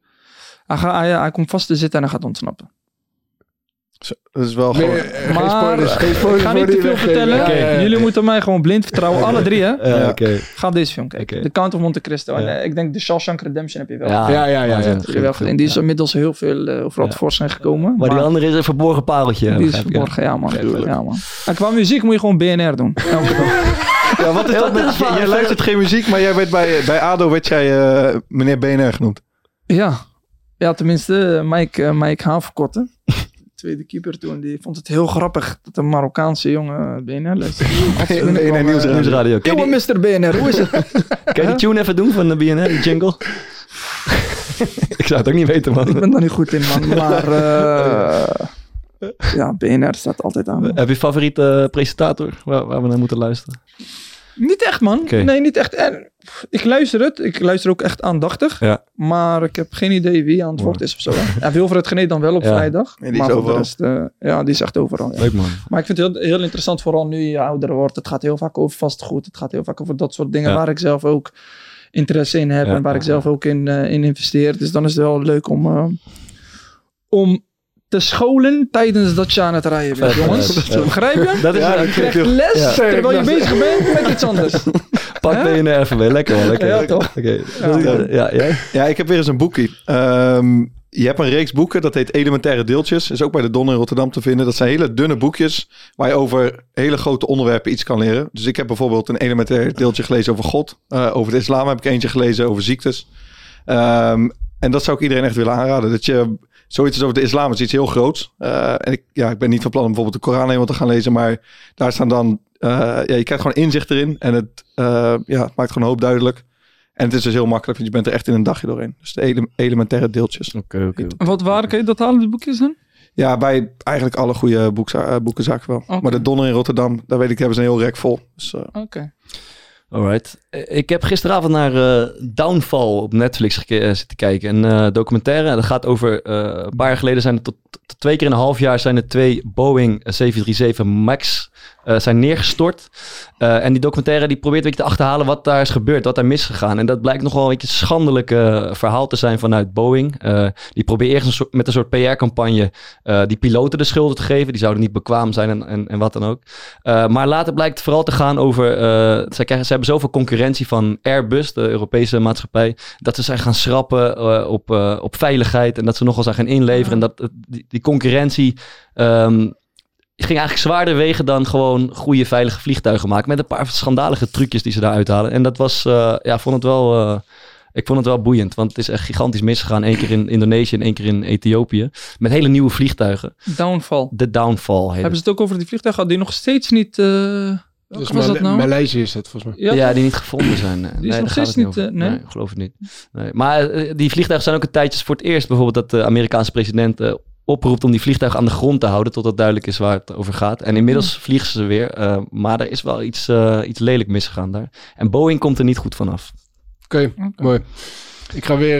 Hij komt vast te zitten en hij gaat ontsnappen. Dat is wel gewoon... geen spoilers. Geen Ik spoilers ga voor niet die te veel weggeven. vertellen. Ja. Jullie moeten mij gewoon blind vertrouwen. Alle 3, hè? Ja. Oké. Ga deze film kijken. Oké. The Count of Monte Cristo. En, Ja. ik denk The Shawshank Redemption heb je wel. Ja, Ja. Heb je wel gezien. Die is inmiddels heel veel overal tevoorschijn gekomen. Maar die andere is een verborgen pareltje. die is begrijp ik, verborgen. Ja, man. Oké, Ja, man. En qua muziek moet je gewoon BNR doen. Elke dag. Ja, wat is dat met... Jij luistert geen muziek, maar jij werd bij ADO werd jij meneer BNR genoemd. Ja, tenminste, Mike Haverkotten. Tweede keeper toen, die vond het heel grappig dat een Marokkaanse jongen BNR luisterde. BNR Nieuwsradio. Nieuwsradio. Jongen, Mr. BNR, hoe is het? Kan je die tune even doen van de BNR, die jingle? Ik zou het ook niet weten, man. Ik ben daar niet goed in, man. Maar ja, BNR staat altijd aan. Heb je favoriete presentator waar we naar moeten luisteren? Niet echt, man. Oké. Nee, niet echt. En, ik luister het. Ik luister ook echt aandachtig. Ja. Maar ik heb geen idee wie aan het woord is of zo. Hè. Ja, Wilfred Gené dan wel op Ja. vrijdag. Ja, die is maar voor overal. de rest, die is echt overal. Ja. Leuk, man. Maar ik vind het heel interessant, vooral nu je ouder wordt. Het gaat heel vaak over vastgoed. Het gaat heel vaak over dat soort dingen Ja. waar ik zelf ook interesse in heb. Ja. En waar ik zelf ook in investeer. Dus dan is het wel leuk om te scholen tijdens dat je aan het rijden bent, Vet, jongens. ja. Begrijp je? Dat is Ja, ja, dat Je krijgt klinkt heel- les Ja. terwijl je bezig bent met iets anders. Pak Hè? BNR even mee. Lekker, man. Lekker. Ja, toch? Oké. Ja. Jij? Ja, ik heb weer eens een boekie. Je hebt een reeks boeken, dat heet Elementaire Deeltjes. Is ook bij de Don in Rotterdam te vinden. Dat zijn hele dunne boekjes waar je over hele grote onderwerpen iets kan leren. Dus ik heb bijvoorbeeld een elementair deeltje gelezen over God. Over de islam heb ik eentje gelezen over ziektes. En dat zou ik iedereen echt willen aanraden. Dat je zoiets is over de islam is iets heel groots. En ik ben niet van plan om bijvoorbeeld de Koran helemaal te gaan lezen. Maar daar staan dan... je krijgt gewoon inzicht erin. En het maakt gewoon een hoop duidelijk. En het is dus heel makkelijk, want je bent er echt in een dagje doorheen. Dus de elementaire deeltjes. Oké. Waar kun je dat halen, de boekjes dan? Ja, bij eigenlijk alle goede boekenzaken wel. Oké. Maar de Donner in Rotterdam, daar weet ik, hebben ze een heel rek vol. Dus, Oké. Alright. Ik heb gisteravond naar Downfall op Netflix zitten kijken. Een documentaire. Dat gaat over... een paar jaar geleden zijn er tot 2 keer in een half jaar zijn er 2 Boeing 737 MAX zijn neergestort. En die documentaire die probeert een beetje te achterhalen wat daar is gebeurd, wat daar misgegaan. En dat blijkt nog wel een beetje een schandelijk verhaal te zijn vanuit Boeing. Die probeert eerst met een soort PR-campagne die piloten de schulden te geven. Die zouden niet bekwaam zijn en wat dan ook. Maar later blijkt het vooral te gaan over... Ze hebben zoveel concurrentie van Airbus, de Europese maatschappij, dat ze zijn gaan schrappen op veiligheid en dat ze nogal zijn gaan inleveren. En dat die concurrentie ging eigenlijk zwaarder wegen dan gewoon goede veilige vliegtuigen maken. Met een paar schandalige trucjes die ze daar uithalen. En dat was, ik vond het wel boeiend. Want het is echt gigantisch misgegaan. 1 keer in Indonesië en 1 keer in Ethiopië. Met hele nieuwe vliegtuigen. Downfall. De Downfall. Hebben ze het ook over die vliegtuigen die nog steeds niet... Dus was dat nou? Maleisië is het volgens mij. Ja, die niet gevonden zijn. Die is nog steeds niet... nee, geloof ik niet. Nee. Maar die vliegtuigen zijn ook een tijdje voor het eerst. Bijvoorbeeld dat de Amerikaanse president oproept om die vliegtuigen aan de grond te houden. Totdat duidelijk is waar het over gaat. En inmiddels vliegen ze weer. Maar er is wel iets lelijk misgegaan daar. En Boeing komt er niet goed vanaf. Oké, mooi. Ik ga weer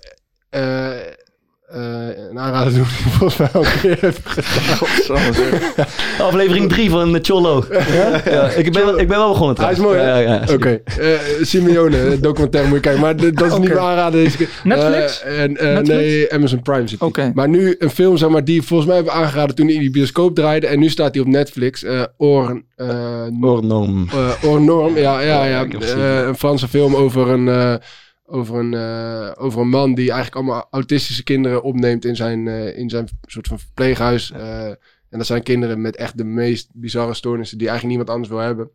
een aanrader doen die volgens mij al een keer heb gedaan. Aflevering 3 van Cholo. Ja, ik ben wel begonnen trouwens. Hij is mooi, hè? Ja, Oké. Simeone, documentaire moet je kijken. Maar dat is niet meer aanraden deze keer. Netflix? Nee, Amazon Prime zit Oké. Maar nu een film, zeg maar, die volgens mij hebben aangeraden toen hij in die bioscoop draaide. En nu staat hij op Netflix. Ornorm. Ornorm, ja. Een Franse film over een man die eigenlijk allemaal autistische kinderen opneemt in zijn soort van verpleeghuis. En dat zijn kinderen met echt de meest bizarre stoornissen die eigenlijk niemand anders wil hebben.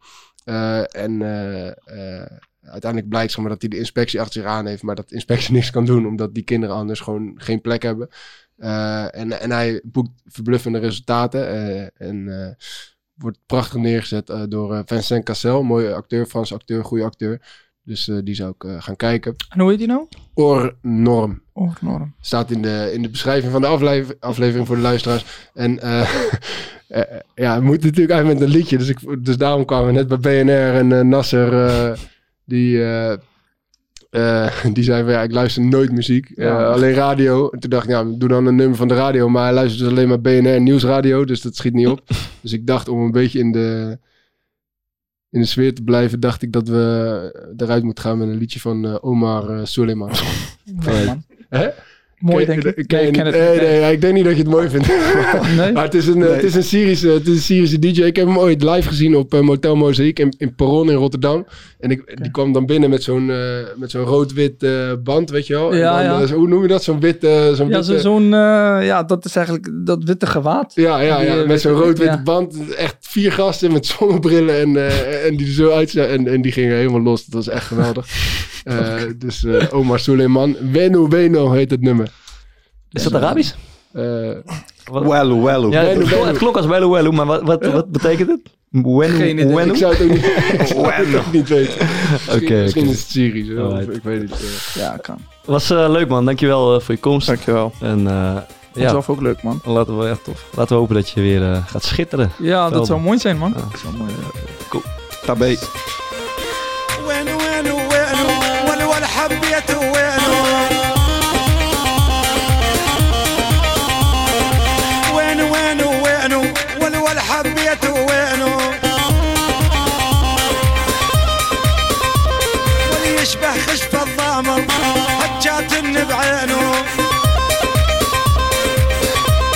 Uiteindelijk blijkt, zeg maar, dat hij de inspectie achter zich aan heeft, maar dat de inspectie niks kan doen, omdat die kinderen anders gewoon geen plek hebben. En hij boekt verbluffende resultaten. Wordt prachtig neergezet door Vincent Cassel, mooie acteur, Franse acteur, goede acteur. Dus die zou ik gaan kijken. En hoe heet die nou? Ornorm. Ornorm. Staat in de beschrijving van de aflevering voor de luisteraars. En het moet natuurlijk eigenlijk met een liedje. Dus daarom kwamen we net bij BNR en Nasser. Die zei van ik luister nooit muziek. Alleen radio. En toen dacht ik, doe dan een nummer van de radio. Maar hij luistert dus alleen maar BNR Nieuwsradio. Dus dat schiet niet op. Dus ik dacht om een beetje in de sfeer te blijven, dacht ik dat we eruit moeten gaan met een liedje van Omar Souleyman. Hè? Mooi, denk ik. Nee, ik denk niet dat je het mooi vindt. Nee? Maar het is een Syrische DJ. Ik heb hem ooit live gezien op Motel Mozaïek in Perron in Rotterdam. En die kwam dan binnen met zo'n rood-wit band, weet je wel. Ja. Hoe noem je dat? Zo'n wit... dat is eigenlijk dat witte gewaad. Ja, met zo'n rood-witte band. Echt 4 gasten met zonnebrillen en die er zo uitzagen. En die gingen helemaal los. Dat was echt geweldig. Dus Omar Souleyman. Weno heet het nummer. Is dat Arabisch? Welu. Ja, het klonk als welu, maar wat betekent het? Geen idee. Ik zou het ook niet weten. Misschien is het Syrisch. Ik weet het. Ja, kan. Was leuk, man. Dankjewel voor je komst. Dankjewel. En dat is zelf ook leuk, man. Laten we hopen dat je weer gaat schitteren. Ja, dat zou mooi zijn, man. Dat zou mooi zijn. Cool. Tabé. حبيته وينه واللي يشبه خشب الضامر حجات بعينه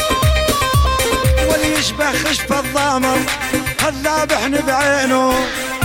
واللي يشبه خشب الضامر هالذابح بعينه